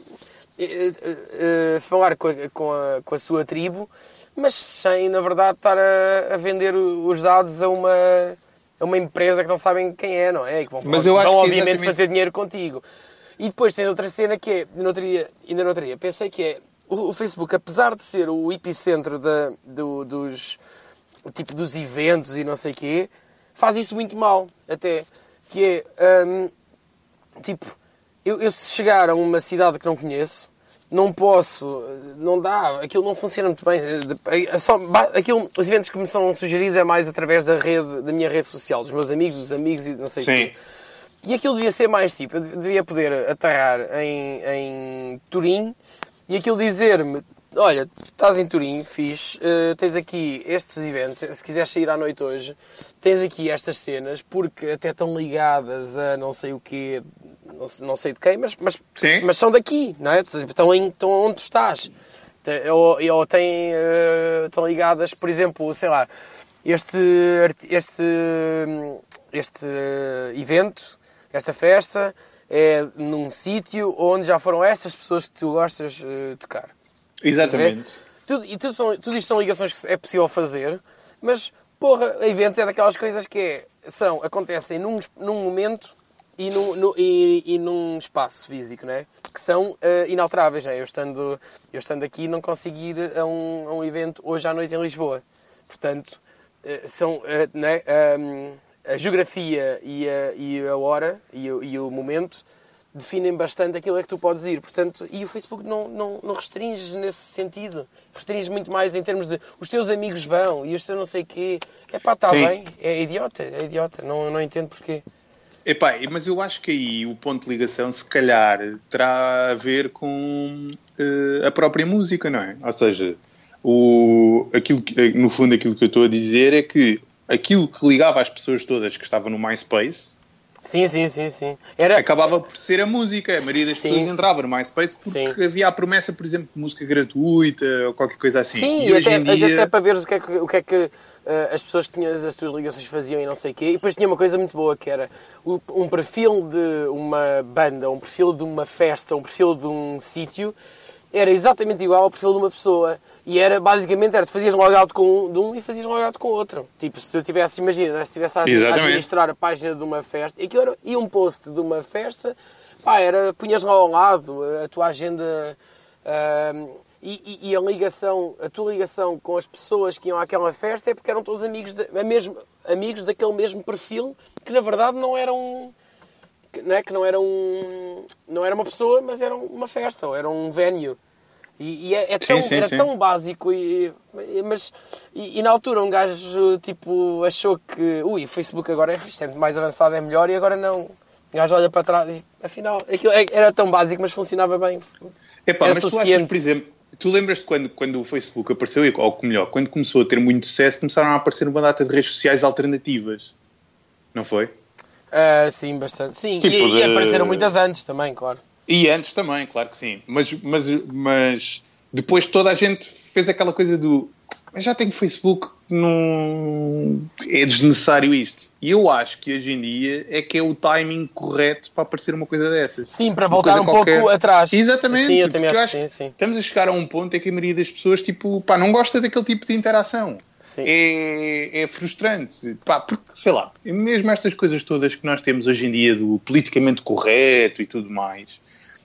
uh, uh, falar com a, com, a, com a sua tribo, mas sem, na verdade, estar a, a vender os dados a uma, a uma empresa que não sabem quem é, não é? E que vão, mas eu vão acho obviamente, exatamente... fazer dinheiro contigo. E depois tens outra cena que é, não teria, ainda não teria, pensei que é, o, o Facebook, apesar de ser o epicentro da, do, dos, tipo dos eventos e não sei o quê, faz isso muito mal, até. Que é, um, tipo, eu, eu se chegar a uma cidade que não conheço, não posso, não dá, aquilo não funciona muito bem. É só, aquilo, os eventos que me são sugeridos é mais através da rede, da minha rede social, dos meus amigos, dos amigos e não sei o quê. E aquilo devia ser mais tipo, eu devia poder aterrar em, em Turim e aquilo dizer-me, olha, estás em Turim, fixe, uh, tens aqui estes eventos, se quiseres sair à noite hoje, tens aqui estas cenas, porque até estão ligadas a não sei o quê, não, não sei de quem, mas, mas, mas são daqui, não é? Estão, em, estão onde tu estás. Ou, ou têm, uh, estão ligadas, por exemplo, sei lá, este, este, este evento, esta festa, é num sítio onde já foram estas pessoas que tu gostas de uh, tocar. Exatamente. Tudo, e tudo, são, tudo isto são ligações que é possível fazer, mas, porra, eventos é daquelas coisas que é, são, acontecem num, num momento e num, no, e, e num espaço físico, não é? Que são uh, inalteráveis, não é? Eu estando, eu estando aqui não consigo ir a um, a um evento hoje à noite em Lisboa. Portanto, uh, são, uh, não é? Um, a geografia e a, e a hora e o, e o momento definem bastante aquilo a que tu podes ir. Portanto, e o Facebook não, não, não restringe nesse sentido. Restringe muito mais em termos de os teus amigos vão e os teus não sei o quê. É pá, está bem. É idiota, é idiota. Não, não entendo porquê. Epá, mas eu acho que aí o ponto de ligação, se calhar, terá a ver com uh, a própria música, não é? Ou seja, o, aquilo que, no fundo aquilo que eu estou a dizer é que aquilo que ligava as pessoas todas que estavam no MySpace, sim, sim, sim, sim. Era... acabava por ser a música. A maioria das sim. pessoas entrava no MySpace porque sim. havia a promessa, por exemplo, de música gratuita ou qualquer coisa assim. Sim, e, e hoje até, em dia... até para ver o que é que, o que, é que uh, as pessoas que tinham as tuas ligações faziam e não sei o quê. E depois tinha uma coisa muito boa que era um perfil de uma banda, um perfil de uma festa, um perfil de um sítio, era exatamente igual ao perfil de uma pessoa. E era, basicamente, era, tu fazias logout com um, de um e fazias logout com o outro. Tipo, se tu tivesse, imagina, se tivesse a administrar a página de uma festa, e aquilo era, e um post de uma festa, pá, era, punhas lá ao lado a tua agenda, uh, e, e a ligação, a tua ligação com as pessoas que iam àquela festa é porque eram todos amigos, de, mesmo, amigos daquele mesmo perfil, que na verdade não eram, que, não é, que não eram, não era uma pessoa, mas era uma festa, ou era um venue. E, e é, é tão, sim, sim, era sim. tão básico, e, mas e, e na altura um gajo tipo, achou que ui, o Facebook agora é, é muito mais avançado, é melhor, e agora não. O gajo olha para trás e afinal aquilo era tão básico, mas funcionava bem. Epá, era mas suficiente. Tu achas, por exemplo, tu lembras-te quando, quando o Facebook apareceu, ou melhor, quando começou a ter muito sucesso, começaram a aparecer uma data de redes sociais alternativas, não foi? Uh, sim, bastante. Sim, tipo e, de... e apareceram muitas antes também, claro. E antes também, claro que sim. Mas, mas, mas depois toda a gente fez aquela coisa do mas já tenho Facebook, não... é desnecessário isto. E eu acho que hoje em dia é que é o timing correto para aparecer uma coisa dessas. Sim, para voltar um qualquer... pouco atrás. Exatamente. Sim, eu também acho, acho que sim, sim. Estamos a chegar a um ponto em que a maioria das pessoas tipo, pá, não gosta daquele tipo de interação. Sim. É, é frustrante. Pá, porque, sei lá, mesmo estas coisas todas que nós temos hoje em dia do politicamente correto e tudo mais...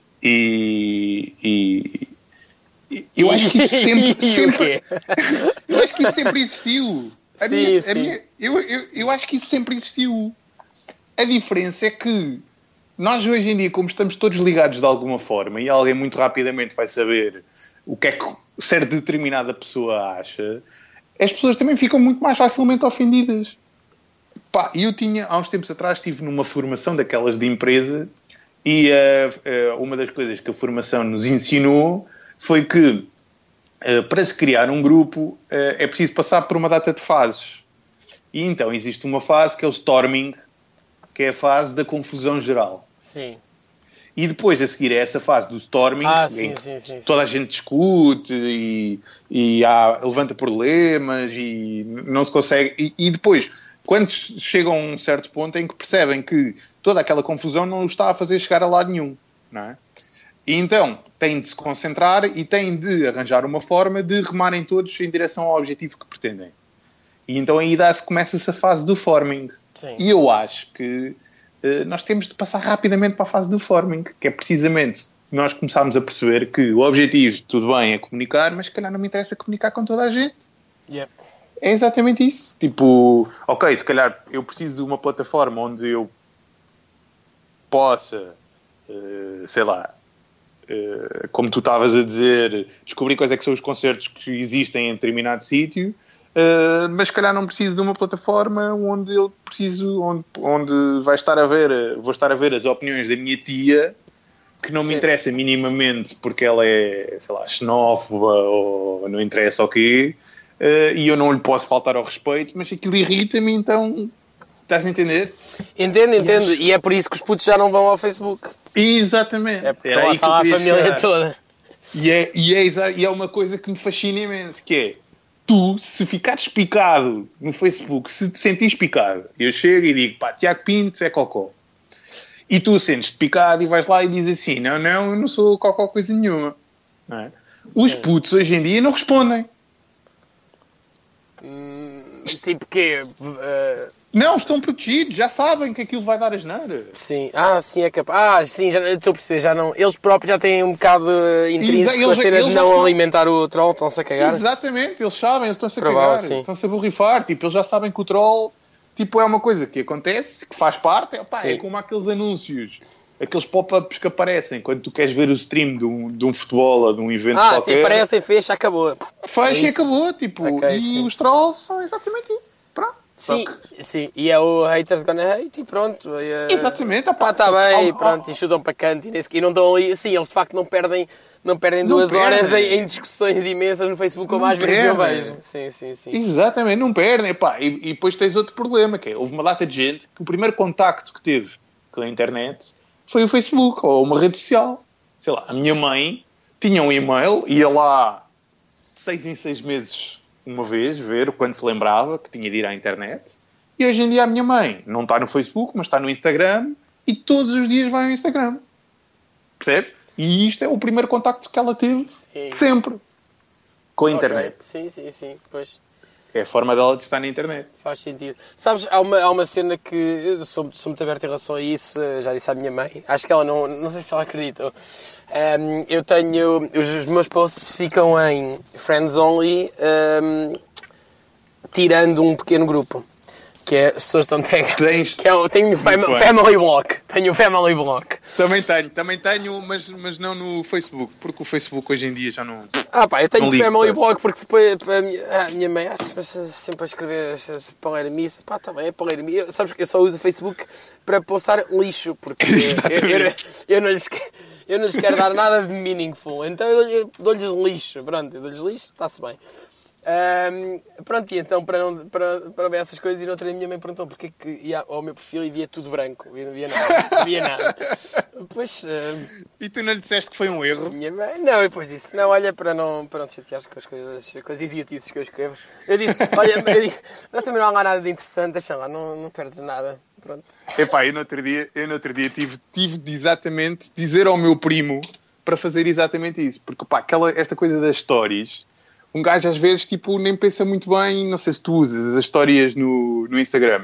E, e, e eu acho que isso sempre, sempre eu acho que isso sempre existiu. A sim, minha, sim. A minha, eu, eu, eu acho que isso sempre existiu. A diferença é que nós hoje em dia, como estamos todos ligados de alguma forma e alguém muito rapidamente vai saber o que é que certa determinada pessoa acha, as pessoas também ficam muito mais facilmente ofendidas. Pá, eu tinha, há uns tempos atrás, estive numa formação daquelas de empresa. E uh, uh, uma das coisas que a formação nos ensinou foi que uh, para se criar um grupo uh, é preciso passar por uma data de fases. E então existe uma fase que é o storming, que é a fase da confusão geral. Sim. E depois a seguir é essa fase do storming, ah, em sim, que sim, sim, toda sim. a gente discute e, e há, levanta problemas e não se consegue... E, e depois... Quando chegam a um certo ponto em que percebem que toda aquela confusão não os está a fazer chegar a lado nenhum, não é? E então têm de se concentrar e têm de arranjar uma forma de remarem todos em direção ao objetivo que pretendem. E então aí dá-se, começa-se a fase do forming. Sim. E eu acho que uh, nós temos de passar rapidamente para a fase do forming, que é precisamente nós começarmos a perceber que o objetivo, tudo bem, é comunicar, mas se calhar não me interessa comunicar com toda a gente. Yeah. é exatamente isso. Tipo, ok, se calhar eu preciso de uma plataforma onde eu possa, uh, sei lá, uh, como tu estavas a dizer, descobrir quais é que são os concertos que existem em determinado sítio, uh, mas se calhar não preciso de uma plataforma onde eu preciso, onde, onde vai estar a ver, vou estar a ver as opiniões da minha tia, que não me Sim. interessa minimamente porque ela é, sei lá, xenófoba ou não interessa o quê, uh, e eu não lhe posso faltar ao respeito, mas aquilo irrita-me, então estás a entender? Entendo, entendo, e, acho... e é por isso que os putos já não vão ao Facebook. Exatamente. É porque lá está lá a família chegar. toda. E é, e, é exa... e é uma coisa que me fascina imenso, que é, tu, se ficares picado no Facebook, se te sentires picado, eu chego e digo, pá, Tiago Pinto é cocó. E tu sentes-te picado e vais lá e dizes assim, não, não, eu não sou cocó coisa nenhuma. Não é? Os Sim. putos hoje em dia não respondem. Hum, tipo quê? Uh... Não, estão protegidos, já sabem que aquilo vai dar asneira. Sim, ah, sim, é capaz. Ah, sim, já estou a perceber, já não... Eles próprios já têm um bocado intrínseco Exa- a cena de não estão... alimentar o troll, estão-se a cagar. Exatamente, eles sabem, eles estão-se a Provável, cagar, sim. estão-se a borrifar, tipo, eles já sabem que o troll... Tipo, é uma coisa que acontece, que faz parte, é, pá, é como aqueles anúncios, aqueles pop-ups que aparecem quando tu queres ver o stream de um, de um futebol ou de um evento ah, qualquer. Ah, sim, aparecem, fecha, acabou. Fecha é e acabou, tipo, okay, e sim. os trolls são exatamente isso, pronto. Sim, que... sim, e é o haters gonna hate e pronto. E, uh... Exatamente. Pá, está bem, e pronto, ao... e chutam para canto e, nesse... e não estão ali, sim, eles de facto não perdem, não perdem não duas perdem. horas em, em discussões imensas no Facebook, como às vezes eu vejo. Sim, sim, sim. Exatamente, não perdem, pá, e, e depois tens outro problema, que é, houve uma data de gente que o primeiro contacto que teve com a internet foi o Facebook, ou uma rede social. Sei lá, a minha mãe tinha um e-mail, ia lá de seis em seis meses uma vez, ver quando se lembrava que tinha de ir à internet. E hoje em dia a minha mãe não está no Facebook, mas está no Instagram e todos os dias vai ao Instagram. Percebes? E isto é o primeiro contacto que ela teve sim. sempre com a okay. internet. Sim, sim, sim. Pois. É a forma dela de estar na internet. Faz sentido. Sabes, há uma, há uma cena que eu sou, sou muito aberto em relação a isso, já disse à minha mãe. Acho que ela não, não sei se ela acredita. Um, eu tenho, os meus posts ficam em Friends Only, um, tirando um pequeno grupo. Que é, as pessoas estão tagadas. Que é o, tenho fam- Family Block. Tenho o Family Block. Também tenho, também tenho, mas, mas não no Facebook, porque o Facebook hoje em dia já não. Ah pá, eu tenho o Family Block porque depois a minha, a minha mãe ah, sempre a escrever paleiramice. Pá, tá bem, é paleiramice. Sabes que eu só uso o Facebook para postar lixo, porque eu, eu, eu, não lhes, eu não lhes quero dar nada de meaningful. Então eu dou-lhes lixo. Pronto, eu dou-lhes lixo, está-se bem. Um, pronto, e então para, não, para, para ver essas coisas, e na outra a minha mãe perguntou porque que ia ao meu perfil e via tudo branco, eu não via nada, não via nada. Depois, um, e tu não lhe disseste que foi um erro? Minha mãe, não, eu depois disse, não, olha, para não, para não te chateares com as coisas, com as idiotices que eu escrevo, eu disse, olha, eu disse, não, também não há lá nada de interessante, deixa lá, não, não perdes nada. Pronto. Epá, eu no outro dia, eu no outro dia tive, tive de exatamente dizer ao meu primo para fazer exatamente isso, porque pá, aquela, esta coisa das stories. Um gajo às vezes tipo, nem pensa muito bem, não sei se tu usas as histórias no, no Instagram.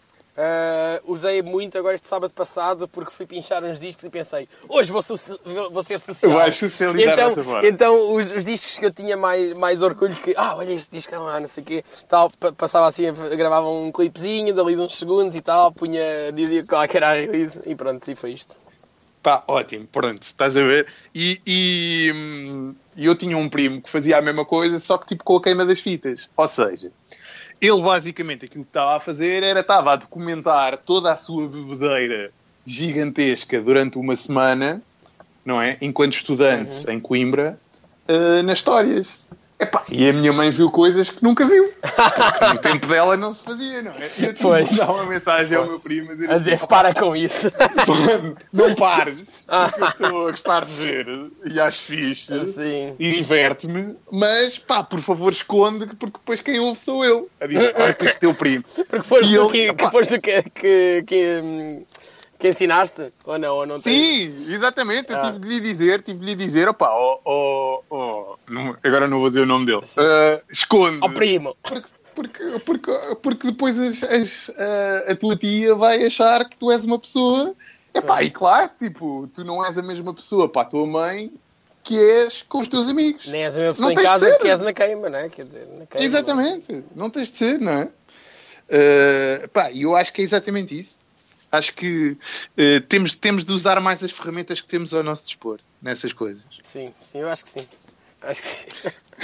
Uh, usei muito agora este sábado passado porque fui pinchar uns discos e pensei, hoje vou, so- vou ser social. Vais socializar então, dessa forma. Então os, os discos que eu tinha mais, mais orgulho que, ah, olha este disco, ah, não sei o quê, tal, passava assim, gravava um clipezinho dali de uns segundos e tal, punha, dizia qual que era a release e pronto, e foi isto. Pá, ótimo, pronto, estás a ver? E, e hum, eu tinha um primo que fazia a mesma coisa, só que tipo com a queima das fitas. Ou seja, ele basicamente aquilo que estava a fazer era, estava a documentar toda a sua bebedeira gigantesca durante uma semana, não é? Enquanto estudante uhum. em Coimbra, uh, nas histórias. Epá, e a minha mãe viu coisas que nunca viu. Porque no tempo dela não se fazia, não é? E eu tive de dar uma mensagem pois. ao meu primo a dizer, a dizer assim, para com isso. Não pares, porque eu estou a gostar de ver e acho fixe Sim. e diverte-me, mas pá, por favor esconde, porque depois quem ouve sou eu. A dizer, olha para este teu primo. Porque foste tu que, que, foste que, que, que, que ensinaste? Ou não? Ou não Sim, tem... exatamente. Eu ah. tive de lhe dizer, tive de lhe dizer, opá, oh, oh, oh, não, agora não vou dizer o nome dele. Uh, esconde. Ao primo. Porque, porque, porque, porque depois as, as, a, a tua tia vai achar que tu és uma pessoa... Epá, e claro, tipo, tu não és a mesma pessoa para a tua mãe que és com os teus amigos. Nem és a mesma pessoa Não em tens de casa ser. que és na queima, não é? Quer dizer, na queima. Exatamente. Não tens de ser, não é? Uh, pá, eu acho que é exatamente isso. Acho que uh, temos, temos de usar mais as ferramentas que temos ao nosso dispor nessas coisas. Sim, sim, eu acho que sim. Acho que sim.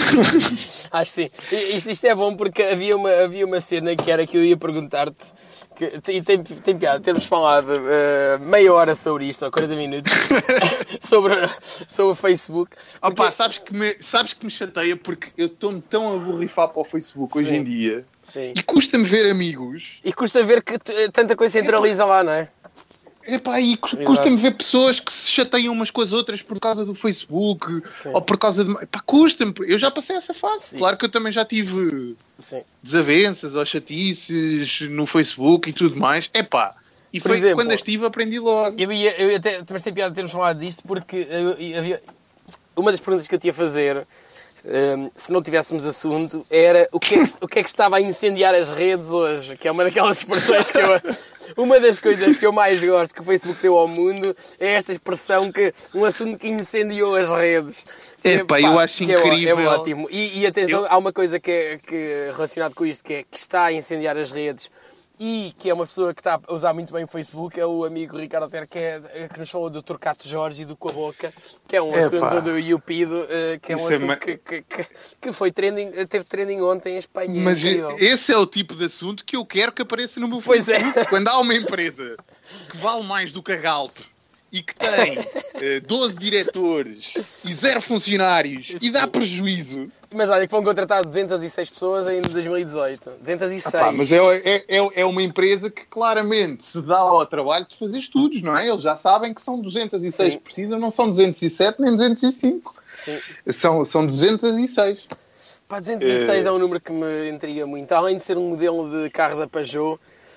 Acho que sim. Isto, isto é bom porque havia uma, havia uma cena que era que eu ia perguntar-te, que, e tem, tem piada termos falado uh, meia hora sobre isto, ou quarenta minutos, sobre, sobre o Facebook. Porque... Opa, sabes que, me, sabes que me chateia porque eu estou-me tão a borrifar para o Facebook hoje Sim. em dia. Sim. E custa-me ver amigos. E custa ver que tanta coisa centraliza lá, não é? Epá, e custa-me ver pessoas que se chateiam umas com as outras por causa do Facebook. Sim. Ou por causa de... Epá, custa-me. Eu já passei essa fase. Sim. Claro que eu também já tive Sim. desavenças ou chatices no Facebook e tudo mais. Epá, e por foi exemplo, quando as tive aprendi logo. Eu ia, eu até, mas tem piada termos falado disto porque eu, eu, havia... uma das perguntas que eu te ia fazer... Um, se não tivéssemos assunto, era o que, é que, o que é que estava a incendiar as redes hoje, que é uma daquelas expressões que eu... Uma das coisas que eu mais gosto que o Facebook deu ao mundo é esta expressão que um assunto que incendiou as redes. Epá, eu acho incrível. É, é ótimo. E, e atenção, eu... há uma coisa que é, que, relacionada com isto, que é que está a incendiar as redes e que é uma pessoa que está a usar muito bem o Facebook, é o amigo Ricardo Ter, que, é, que nos falou do Torcato Jorge e do Com a Boca, que é um Epá. assunto do Yupido, que é um Isso assunto é ma... que, que, que foi trending, teve trending ontem em Espanha. Mas esse é o tipo de assunto que eu quero que apareça no meu Facebook. É. Quando há uma empresa que vale mais do que a Galp e que tem uh, doze diretores e zero funcionários Sim. e dá prejuízo... Mas olha, que vão contratar duzentas e seis pessoas em dois mil e dezoito. duzentas e seis. Ah, pá, mas é, é, é uma empresa que claramente se dá ao trabalho de fazer estudos, não é? Eles já sabem que são duzentas e seis Sim. que precisam, não são duzentos e sete nem duzentos e cinco. Sim. São, são duzentos e seis. Pá, duzentos e seis é... é um número que me intriga muito. Além de ser um modelo de carro da Peugeot,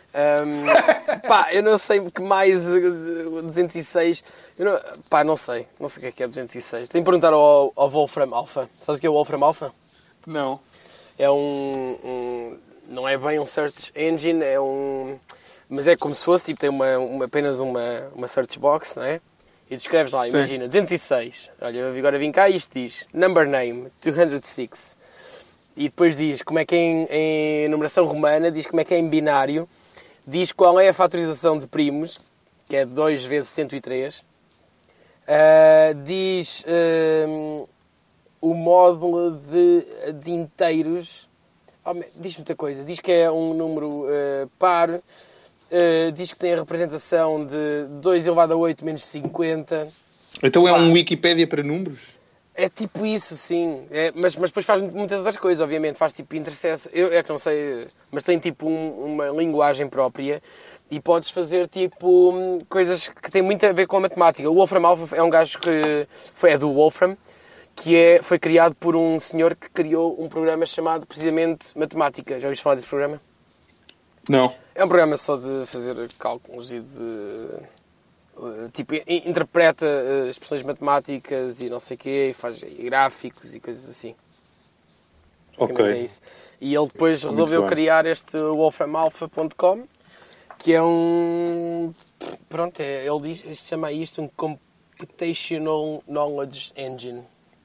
um, pá, eu não sei o que mais duzentos e seis. Eu não, pá, não sei. Não sei o que é que é duzentos e seis. Tenho que perguntar ao, ao Wolfram Alpha. Sabes o que é o Wolfram Alpha? Não. É um, um... Não é bem um search engine, é um... Mas é como se fosse, tipo, tem uma, uma, apenas uma, uma search box, não é? E tu escreves lá, Sim. imagina, duzentos e seis. Olha, agora vim cá e isto diz Number name, duzentos e seis. E depois diz como é que é em, em numeração romana, diz como é que é em binário. Diz qual é a fatorização de primos, que é dois vezes cento e três. Uh, diz uh, o módulo de, de inteiros. Oh, diz muita coisa. Diz que é um número uh, par. Uh, diz que tem a representação de dois elevado a oito menos cinquenta. Então é um Wikipédia para números? É tipo isso, sim. É, mas, mas depois faz muitas outras coisas, obviamente. Faz tipo interseção. Eu é que não sei, mas tem tipo um, uma linguagem própria e podes fazer tipo coisas que têm muito a ver com a matemática. O Wolfram Alpha é um gajo que foi é do Wolfram, que é, foi criado por um senhor que criou um programa chamado precisamente Matemática. Já ouviste falar desse programa? Não. É um programa só de fazer cálculos e de... Tipo, interpreta uh, expressões matemáticas e não sei o quê, e faz gráficos e coisas assim. Ok. É isso. E ele depois Muito resolveu bem. criar este wolfram alpha ponto com, que é um... Pronto, é, ele diz, ele chama isto um Computational Knowledge Engine.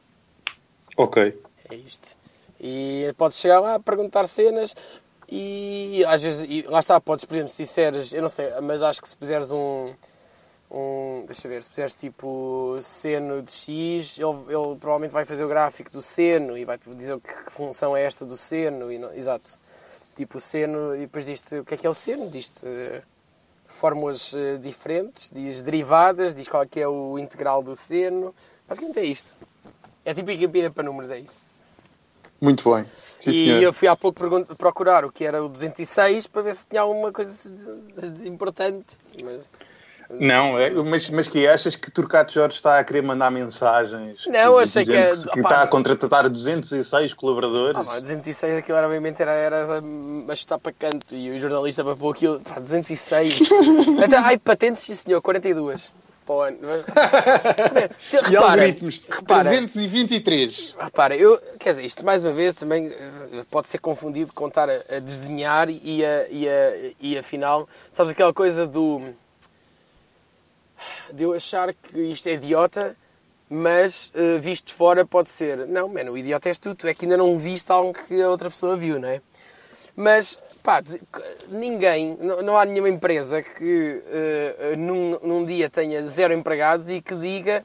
Ok. É isto. E podes chegar lá, perguntar cenas e às vezes... E lá está, podes, por exemplo, se disseres... Eu não sei, mas acho que se puseres um... Um, deixa eu ver, se puseres tipo seno de x, ele, ele provavelmente vai fazer o gráfico do seno e vai dizer que, que função é esta do seno. E não, exato. Tipo o seno, e depois diz-te o que é que é o seno, diz-te uh, fórmulas uh, diferentes, diz derivadas, diz qual é que é o integral do seno. Basicamente é isto. É tipo Wikipedia para números, é isso. Muito bem. Sim, e senhor. eu fui há pouco procurar o que era o duzentos e seis para ver se tinha alguma coisa de, de importante, mas... Não, é, mas, mas que achas que Torcato Jorge está a querer mandar mensagens? Não, achei que, é, que, que está a contratar duzentos e seis colaboradores. Ah, pá, duzentos e seis aquilo era, obviamente era, era a chutar para canto e o jornalista para pôr aquilo, pá, duzentos e seis. Até, ai, patentes, sim senhor, quarenta e dois para o ano. Mas, repara, e algoritmos, repara, trezentos e vinte e três. Repara, eu, quer dizer, isto mais uma vez também pode ser confundido com estar a, a desdenhar e, a, e, a, e afinal, sabes aquela coisa do... de eu achar que isto é idiota mas uh, visto de fora pode ser, não, mano, o idiota és tu, tu é que ainda não viste algo que a outra pessoa viu, não é? Mas, pá, ninguém, não, não há nenhuma empresa que uh, num, num dia tenha zero empregados e que diga,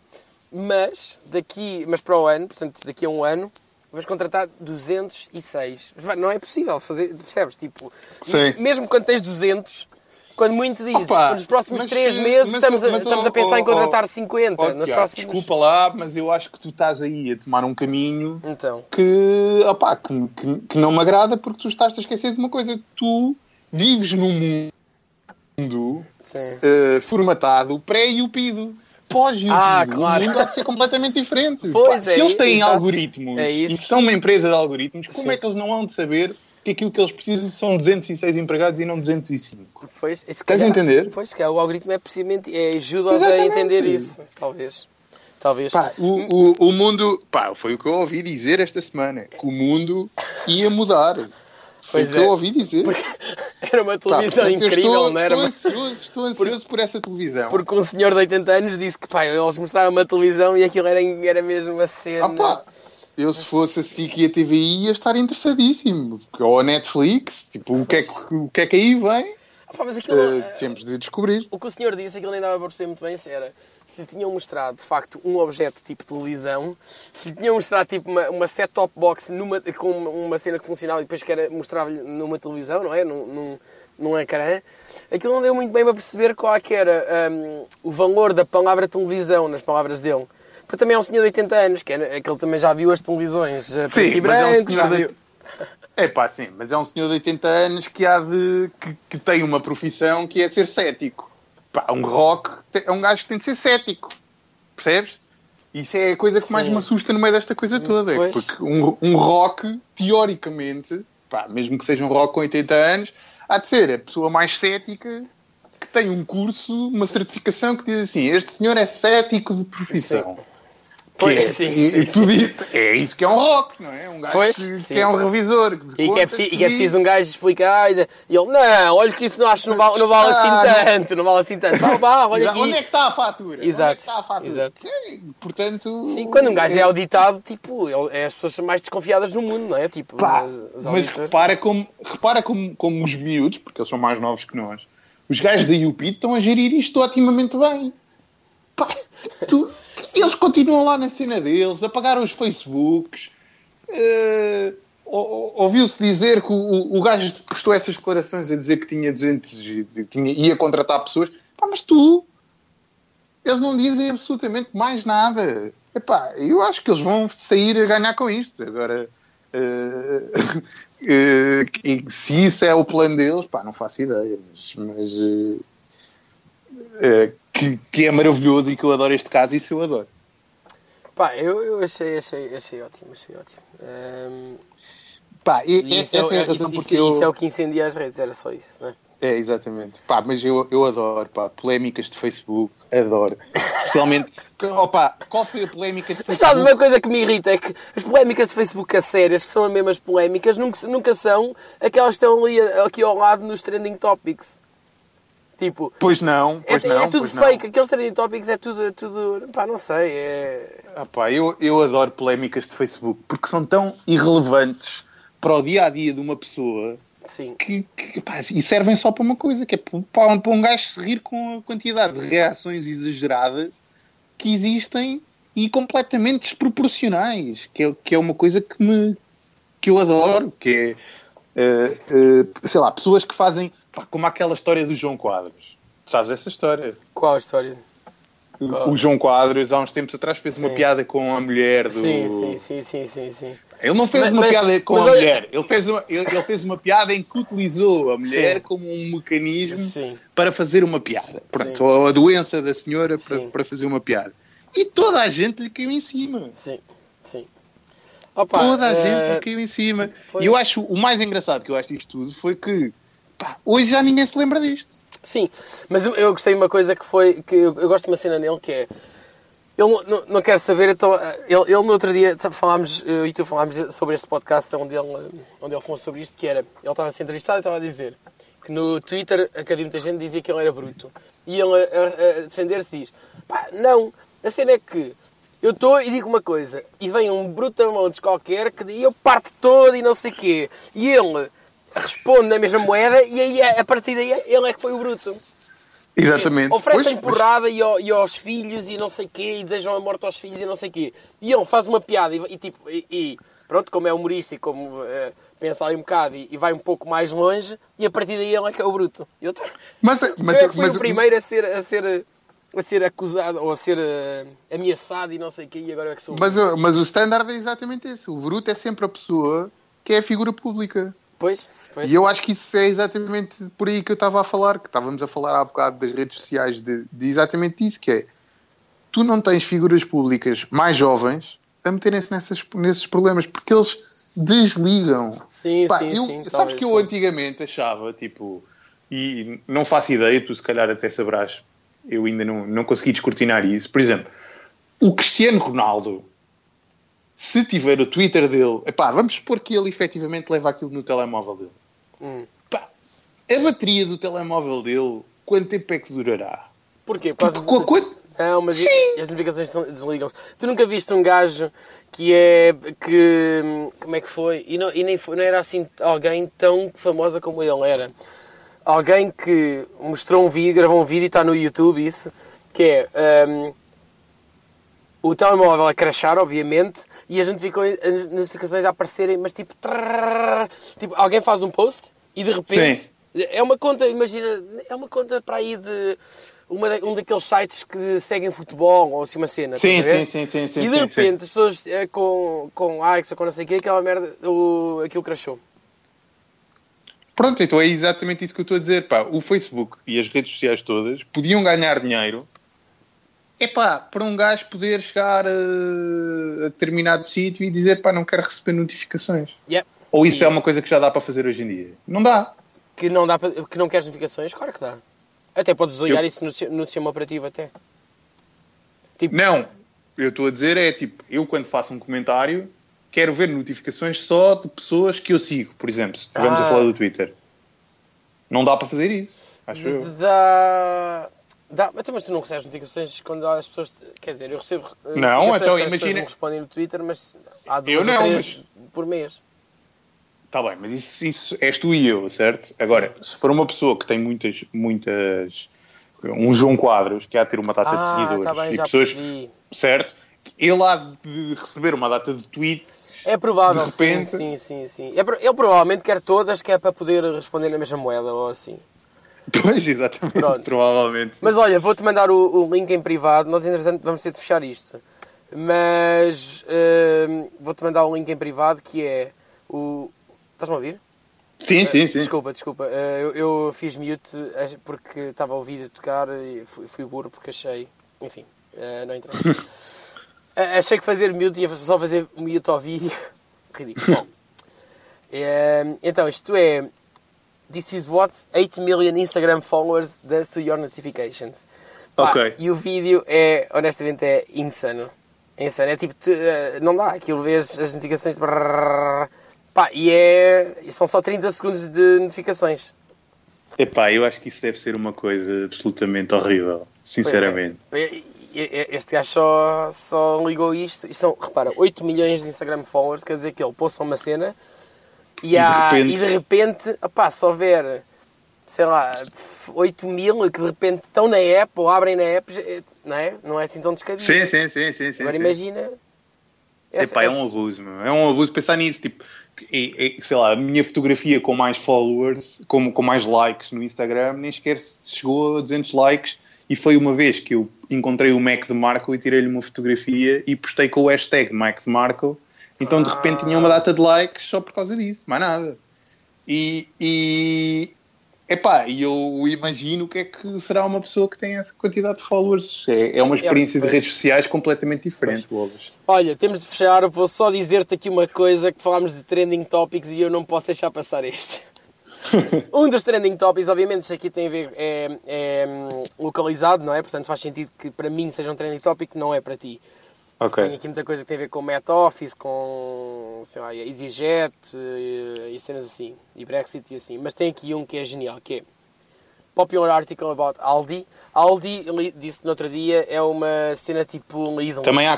mas daqui, mas para o ano, portanto, daqui a um ano, vais contratar duzentos e seis. Não é possível fazer, percebes? Tipo, Sim. mesmo quando tens duzentos, quando muito dizes, Opa, nos próximos mas, três meses mas, estamos, a, mas, estamos oh, a pensar oh, em contratar oh, cinquenta. Oh, nos Tiago, próximos... Desculpa lá, mas eu acho que tu estás aí a tomar um caminho então. que, opa, que, que, que não me agrada, porque tu estás a esquecer de uma coisa. Tu vives num mundo uh, formatado pré-iupido. Pós-iupido. Ah, claro. O mundo há de ser completamente diferente. Pois Pá, é, se eles têm exato. algoritmos É e são uma empresa de algoritmos, como Sim. é que eles não hão de saber que aquilo que eles precisam são duzentos e seis empregados e não duzentos e cinco? Pois, Estás a entender? Pois, que o algoritmo é precisamente, é, ajuda-os a Exatamente. entender isso. Talvez. Talvez. Pá, o, o, o mundo... Pá, foi o que eu ouvi dizer esta semana. Que o mundo ia mudar. Foi Pois o que é. eu ouvi dizer. Porque era uma televisão Pá, incrível, estou, não era? Estou ansioso, estou ansioso por, por essa televisão. Porque um senhor de oitenta anos disse que, pá, eles mostraram uma televisão e aquilo era, era mesmo uma cena... Ah, pá, eu se fosse assim que a T V I ia estar interessadíssimo. Ou a Netflix, tipo, o que é que, o que, é que aí vem? Ah, pá, mas aquilo, Uh, temos de descobrir. O que o senhor disse, aquilo nem dava para perceber muito bem se era... Se lhe tinham mostrado, de facto, um objeto tipo televisão, se lhe tinham mostrado tipo uma, uma set-top box numa, com uma cena que funcionava e depois que era mostrava-lhe numa televisão, não é? Num, num, num ecrã, aquilo não deu muito bem para perceber qual é que era um, o valor da palavra televisão nas palavras dele. Porque também é um senhor de oitenta anos, que é, aquele também já viu as televisões uh, preto e branco, já viu... É pá, sim, mas é um senhor de oitenta anos que, há de, que, que tem uma profissão que é ser cético. Pá, um rock é um gajo que tem de ser cético. Percebes? Isso é a coisa que Sim. mais me assusta no meio desta coisa toda. É porque um, um rock, teoricamente, pá, mesmo que seja um rock com oitenta anos, há de ser a pessoa mais cética que tem um curso, uma certificação que diz assim, este senhor é cético de profissão. Sim. Pois, é, sim, sim, tu sim. Diz, é isso que é um rock, não é? Um gajo pois, que, que é um revisor. E que é, preciso, e que é preciso um gajo explicar e ele, não, olha que isso não acho, não vale, não vale assim tanto, não vale assim tanto. Vá, vá, olha aqui. Onde é que está a fatura? Exato. Onde é que está a fatura? Exato. Sim, portanto... Sim, quando um gajo é auditado, tipo, ele, é as pessoas mais desconfiadas no mundo, não é? Tipo, Pá, os, os mas repara, como, repara como, como os miúdos, porque eles são mais novos que nós, os gajos da U P I estão a gerir isto otimamente bem. Pá, tu... Eles continuam lá na cena deles, apagaram os Facebooks. Uh, ouviu-se dizer que o, o gajo postou essas declarações a dizer que tinha duzentos, tinha, ia contratar pessoas. Pá, mas tu, eles não dizem absolutamente mais nada. Epá, eu acho que eles vão sair a ganhar com isto. Agora, uh, uh, se isso é o plano deles, pá, não faço ideia. Mas... mas uh, uh, Que, que é maravilhoso e que eu adoro este caso, isso eu adoro. Pá, eu, eu achei, achei, achei ótimo, achei ótimo. Um, Pá, e, e essa é, é, é a razão isso, porque isso, eu... Isso é o que incendia as redes, era só isso, não é? É, exatamente. Pá, mas eu, eu adoro, pá, polémicas de Facebook, adoro. Especialmente, opa, qual foi a polémica de Facebook? Mas sabes, uma coisa que me irrita é que as polémicas de Facebook a sérias, que são as mesmas polémicas, nunca, nunca são aquelas que estão ali aqui ao lado nos trending topics. Tipo, pois não, pois é, não. É tudo pois fake, não. Aqueles trending topics é tudo, é tudo, pá, não sei, é... Ah, pá, eu, eu adoro polémicas de Facebook, porque são tão irrelevantes para o dia-a-dia de uma pessoa. Sim. Que, que, pá, e servem só para uma coisa, que é para um, para um gajo se rir com a quantidade de reações exageradas que existem e completamente desproporcionais, que é, que é uma coisa que, me, que eu adoro, que é, uh, uh, sei lá, pessoas que fazem, pá, como aquela história do João Quadros. Sabes essa história? Qual a história? Qual? O João Quadros, há uns tempos atrás, fez sim. uma piada com a mulher do... Sim, sim, sim, sim, sim, sim. Ele não fez mas, uma mas, piada com a olha... mulher. Ele fez, uma, ele, ele fez uma piada em que utilizou a mulher sim. como um mecanismo sim. para fazer uma piada. Pronto, ou a doença da senhora para, para fazer uma piada. E toda a gente lhe caiu em cima. Sim, sim. Opa, toda a uh... gente lhe caiu em cima. Pois... E eu acho, o mais engraçado que eu acho disto tudo foi que, pá, hoje já ninguém se lembra disto. Sim, mas eu gostei de uma coisa que foi, que eu, eu gosto de uma cena nele, que é, ele não, não quer saber, então, ele, ele no outro dia, falámos, eu e tu falámos sobre este podcast onde ele, onde ele falou sobre isto, que era, ele estava a ser entrevistado e estava a dizer que no Twitter, que havia muita gente dizia que ele era bruto. E ele, a, a, a defender-se, diz, pá, não, a cena é que Eu estou e digo uma coisa, e vem um brutamontes qualquer que e eu parto todo e não sei o quê. E ele responde na mesma moeda e aí a partir daí ele é que foi o bruto. Exatamente. Oferecem porrada e, ao, e aos filhos e não sei o quê, e desejam a morte aos filhos e não sei o quê. E ele faz uma piada e, e tipo, e, e pronto, como é humorista e como uh, pensa ali um bocado e, e vai um pouco mais longe, e a partir daí ele é que é o bruto. Eu, mas, mas, eu é que fui mas, o primeiro a ser, a ser, a ser acusado ou a ser uh, ameaçado e não sei o quê, e agora é que sou o mas, mas o standard é exatamente esse. O bruto é sempre a pessoa que é a figura pública. Pois, pois. E eu acho que isso é exatamente por aí que eu estava a falar, que estávamos a falar há bocado das redes sociais, de, de exatamente isso, que é, tu não tens figuras públicas mais jovens a meterem-se nessas, nesses problemas, porque eles desligam. Sim, Pá, sim, eu, sim. Sabes talvez, que eu sim. antigamente achava, tipo, e não faço ideia, tu se calhar até saberás, eu ainda não, não consegui descortinar isso. Por exemplo, o Cristiano Ronaldo, se tiver o Twitter dele, epá, vamos supor que ele efetivamente leva aquilo no telemóvel dele. Hum. Epá, a bateria do telemóvel dele, quanto tempo é que durará? Porquê? Por causa Com a de- coisa... Não, mas Sim. e- as notificações são- desligam-se. Tu nunca viste um gajo que é... que... como é que foi? E não, e nem foi, não era assim alguém tão famosa como ele era. Alguém que mostrou um vídeo, gravou um vídeo e está no YouTube, isso, que é... hum, o telemóvel a crashar, obviamente, e as notificações, as notificações a aparecerem, mas tipo, trrr, tipo... Alguém faz um post e de repente... Sim. É uma conta, imagina... É uma conta para aí de... Uma da, um daqueles sites que seguem futebol ou assim uma cena. Sim, estás a ver? sim, sim, sim, sim. E de sim, repente sim. as pessoas é, com, com likes ou com não sei o quê, aquela merda, o, aquilo crashou. Pronto, então é exatamente isso que eu estou a dizer. Pá, o Facebook e as redes sociais todas podiam ganhar dinheiro, é pá, para um gajo poder chegar a, a determinado sítio e dizer, pá, não quero receber notificações. Yep. Ou isso E é uma coisa que já dá para fazer hoje em dia? Não dá. que não, dá para, que não queres notificações? Claro que dá. Até podes olhar Eu- isso no, si- no sistema operativo até. Tipo, Não, eu estou a dizer é tipo, eu quando faço um comentário quero ver notificações só de pessoas que eu sigo, por exemplo, se estivermos Ah. a falar do Twitter. Não dá para fazer isso, acho eu. dá... dá mas, mas tu não recebes notificações quando as pessoas... Quer dizer, eu recebo eh, Não, notificações então quando as pessoas imagina- me respondem no Twitter, mas há duas Eu ou não, três por mês. Está bem, mas isso, isso és tu e eu, certo? Agora, se for uma pessoa que tem muitas, muitas... Um João Quadros, que há de ter uma data de Ah, seguidores tá bem, e já pessoas... percebi. Certo? Ele há de receber uma data de tweet. É provável, De repente- sim, sim, sim, sim. É, pro- ele provavelmente quer todas, que é para poder responder na mesma moeda, ou assim. Pois, exatamente, Pronto. provavelmente. Mas olha, vou-te mandar o, o link em privado, nós entretanto vamos ter de fechar isto. Mas hum, vou-te mandar um link em privado que é o... Estás-me a ouvir? Sim, sim, sim. Desculpa, desculpa. Eh, Eu, eu fiz mute eh, porque estava a ouvir tocar e fui, fui burro porque achei... Enfim, eh, não interessa. Eh, achei que fazer mute ia só fazer mute ao vídeo. Ridículo. Bom, eh, então isto é... This is what eight million Instagram followers does to your notifications. Pá, Ok. E o vídeo é, honestamente, é insano. É insano. É tipo, tu, eh, não dá. Aquilo vês as notificações de... brrr, pá, e é... e são só trinta segundos de notificações. Epá, eu acho que isso deve ser uma coisa absolutamente horrível, sinceramente. Pois é. E- e- Este gajo só, só ligou isto. E são, repara, oito milhões de Instagram followers, quer dizer que ele posta uma cena e, de há, repente- e de repente, opá, se houver, sei lá, oito mil que de repente estão na app ou abrem na app, já- não é? Não é assim tão descabido. Sim, sim, sim, sim, sim. Agora sim. imagina... essa- Epá, é um essa- abuso, meu. É um abuso pensar nisso. Tipo, é- é- sei lá, a minha fotografia com mais followers, com, com mais likes no Instagram, nem sequer chegou a duzentos likes. E foi uma vez que eu encontrei o Mac de Marco e tirei-lhe uma fotografia e postei com o hashtag Mac de Marco. Então de repente tinha uma data de likes só por causa disso, mais nada. E, e epá, e eu imagino o que é que será uma pessoa que tem essa quantidade de followers. É, é uma experiência de pois. redes sociais completamente diferente, Bolas. Olha, temos de fechar. Vou só dizer-te aqui uma coisa, que falámos de trending topics e eu não posso deixar passar este. Um dos trending topics, obviamente, isto aqui tem a ver, é, é hum, localizado, não é? Portanto, faz sentido que para mim seja um trending topic, não é para ti. Ok. Tem aqui muita coisa que tem a ver com Met Office, com, sei lá, EasyJet e, e cenas assim, e Brexit e assim. Mas tem aqui um que é genial, que é Popular Article about Aldi. Aldi, li- disse no outro dia, é uma cena tipo Lidl. Também há cá.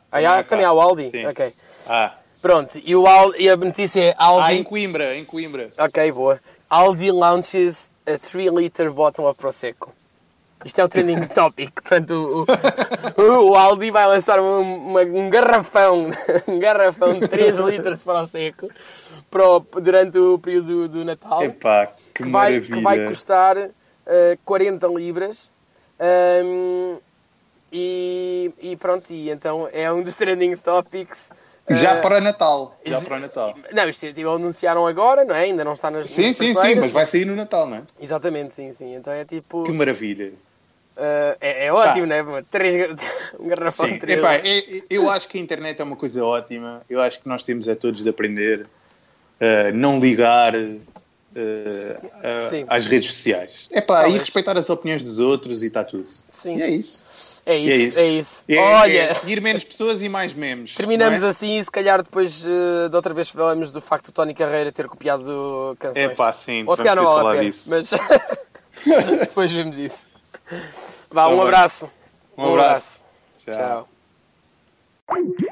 Ah, há, também há o Aldi? Sim. Ok. Ah. Pronto, e, o Aldi, e a notícia é Aldi... Ah, em Coimbra, em Coimbra. Ok, boa. Aldi launches a three liter bottle of Prosecco. Isto é o trending topic. Portanto, o, o, o Aldi vai lançar uma, uma, um garrafão, um garrafão de três litros de Prosecco para o, durante o período do, do Natal. Epá, que, que, vai, maravilha. que vai custar uh, quarenta libras. Um, e, e pronto, e então é um dos trending topics. Já uh, para o Natal. Já para o Natal. Não, isto tipo, anunciaram agora, não é? Ainda não está nas Sim, nas sim, sim, prateleiras, mas vai sair no Natal, não é? Exatamente, sim, sim. Então é tipo... Que maravilha. Uh, é, é ótimo, tá. Não é? Três, um garrafão Sim. de três. Epá, é, eu acho que a internet é uma coisa ótima. Eu acho que nós temos a todos de aprender a uh, não ligar uh, uh, às redes sociais. Epá, e respeitar as opiniões dos outros e está tudo. Sim. E é isso. É isso, é isso. É isso. É, Olha, é seguir menos pessoas e mais memes. Terminamos é? assim e se calhar depois uh, de outra vez falamos do facto de Tony Carreira ter copiado canções. É pá, sim. Ou se calhar não vale a pena, mas depois vemos isso. Vá, um abraço. Um abraço. Tchau. Tchau.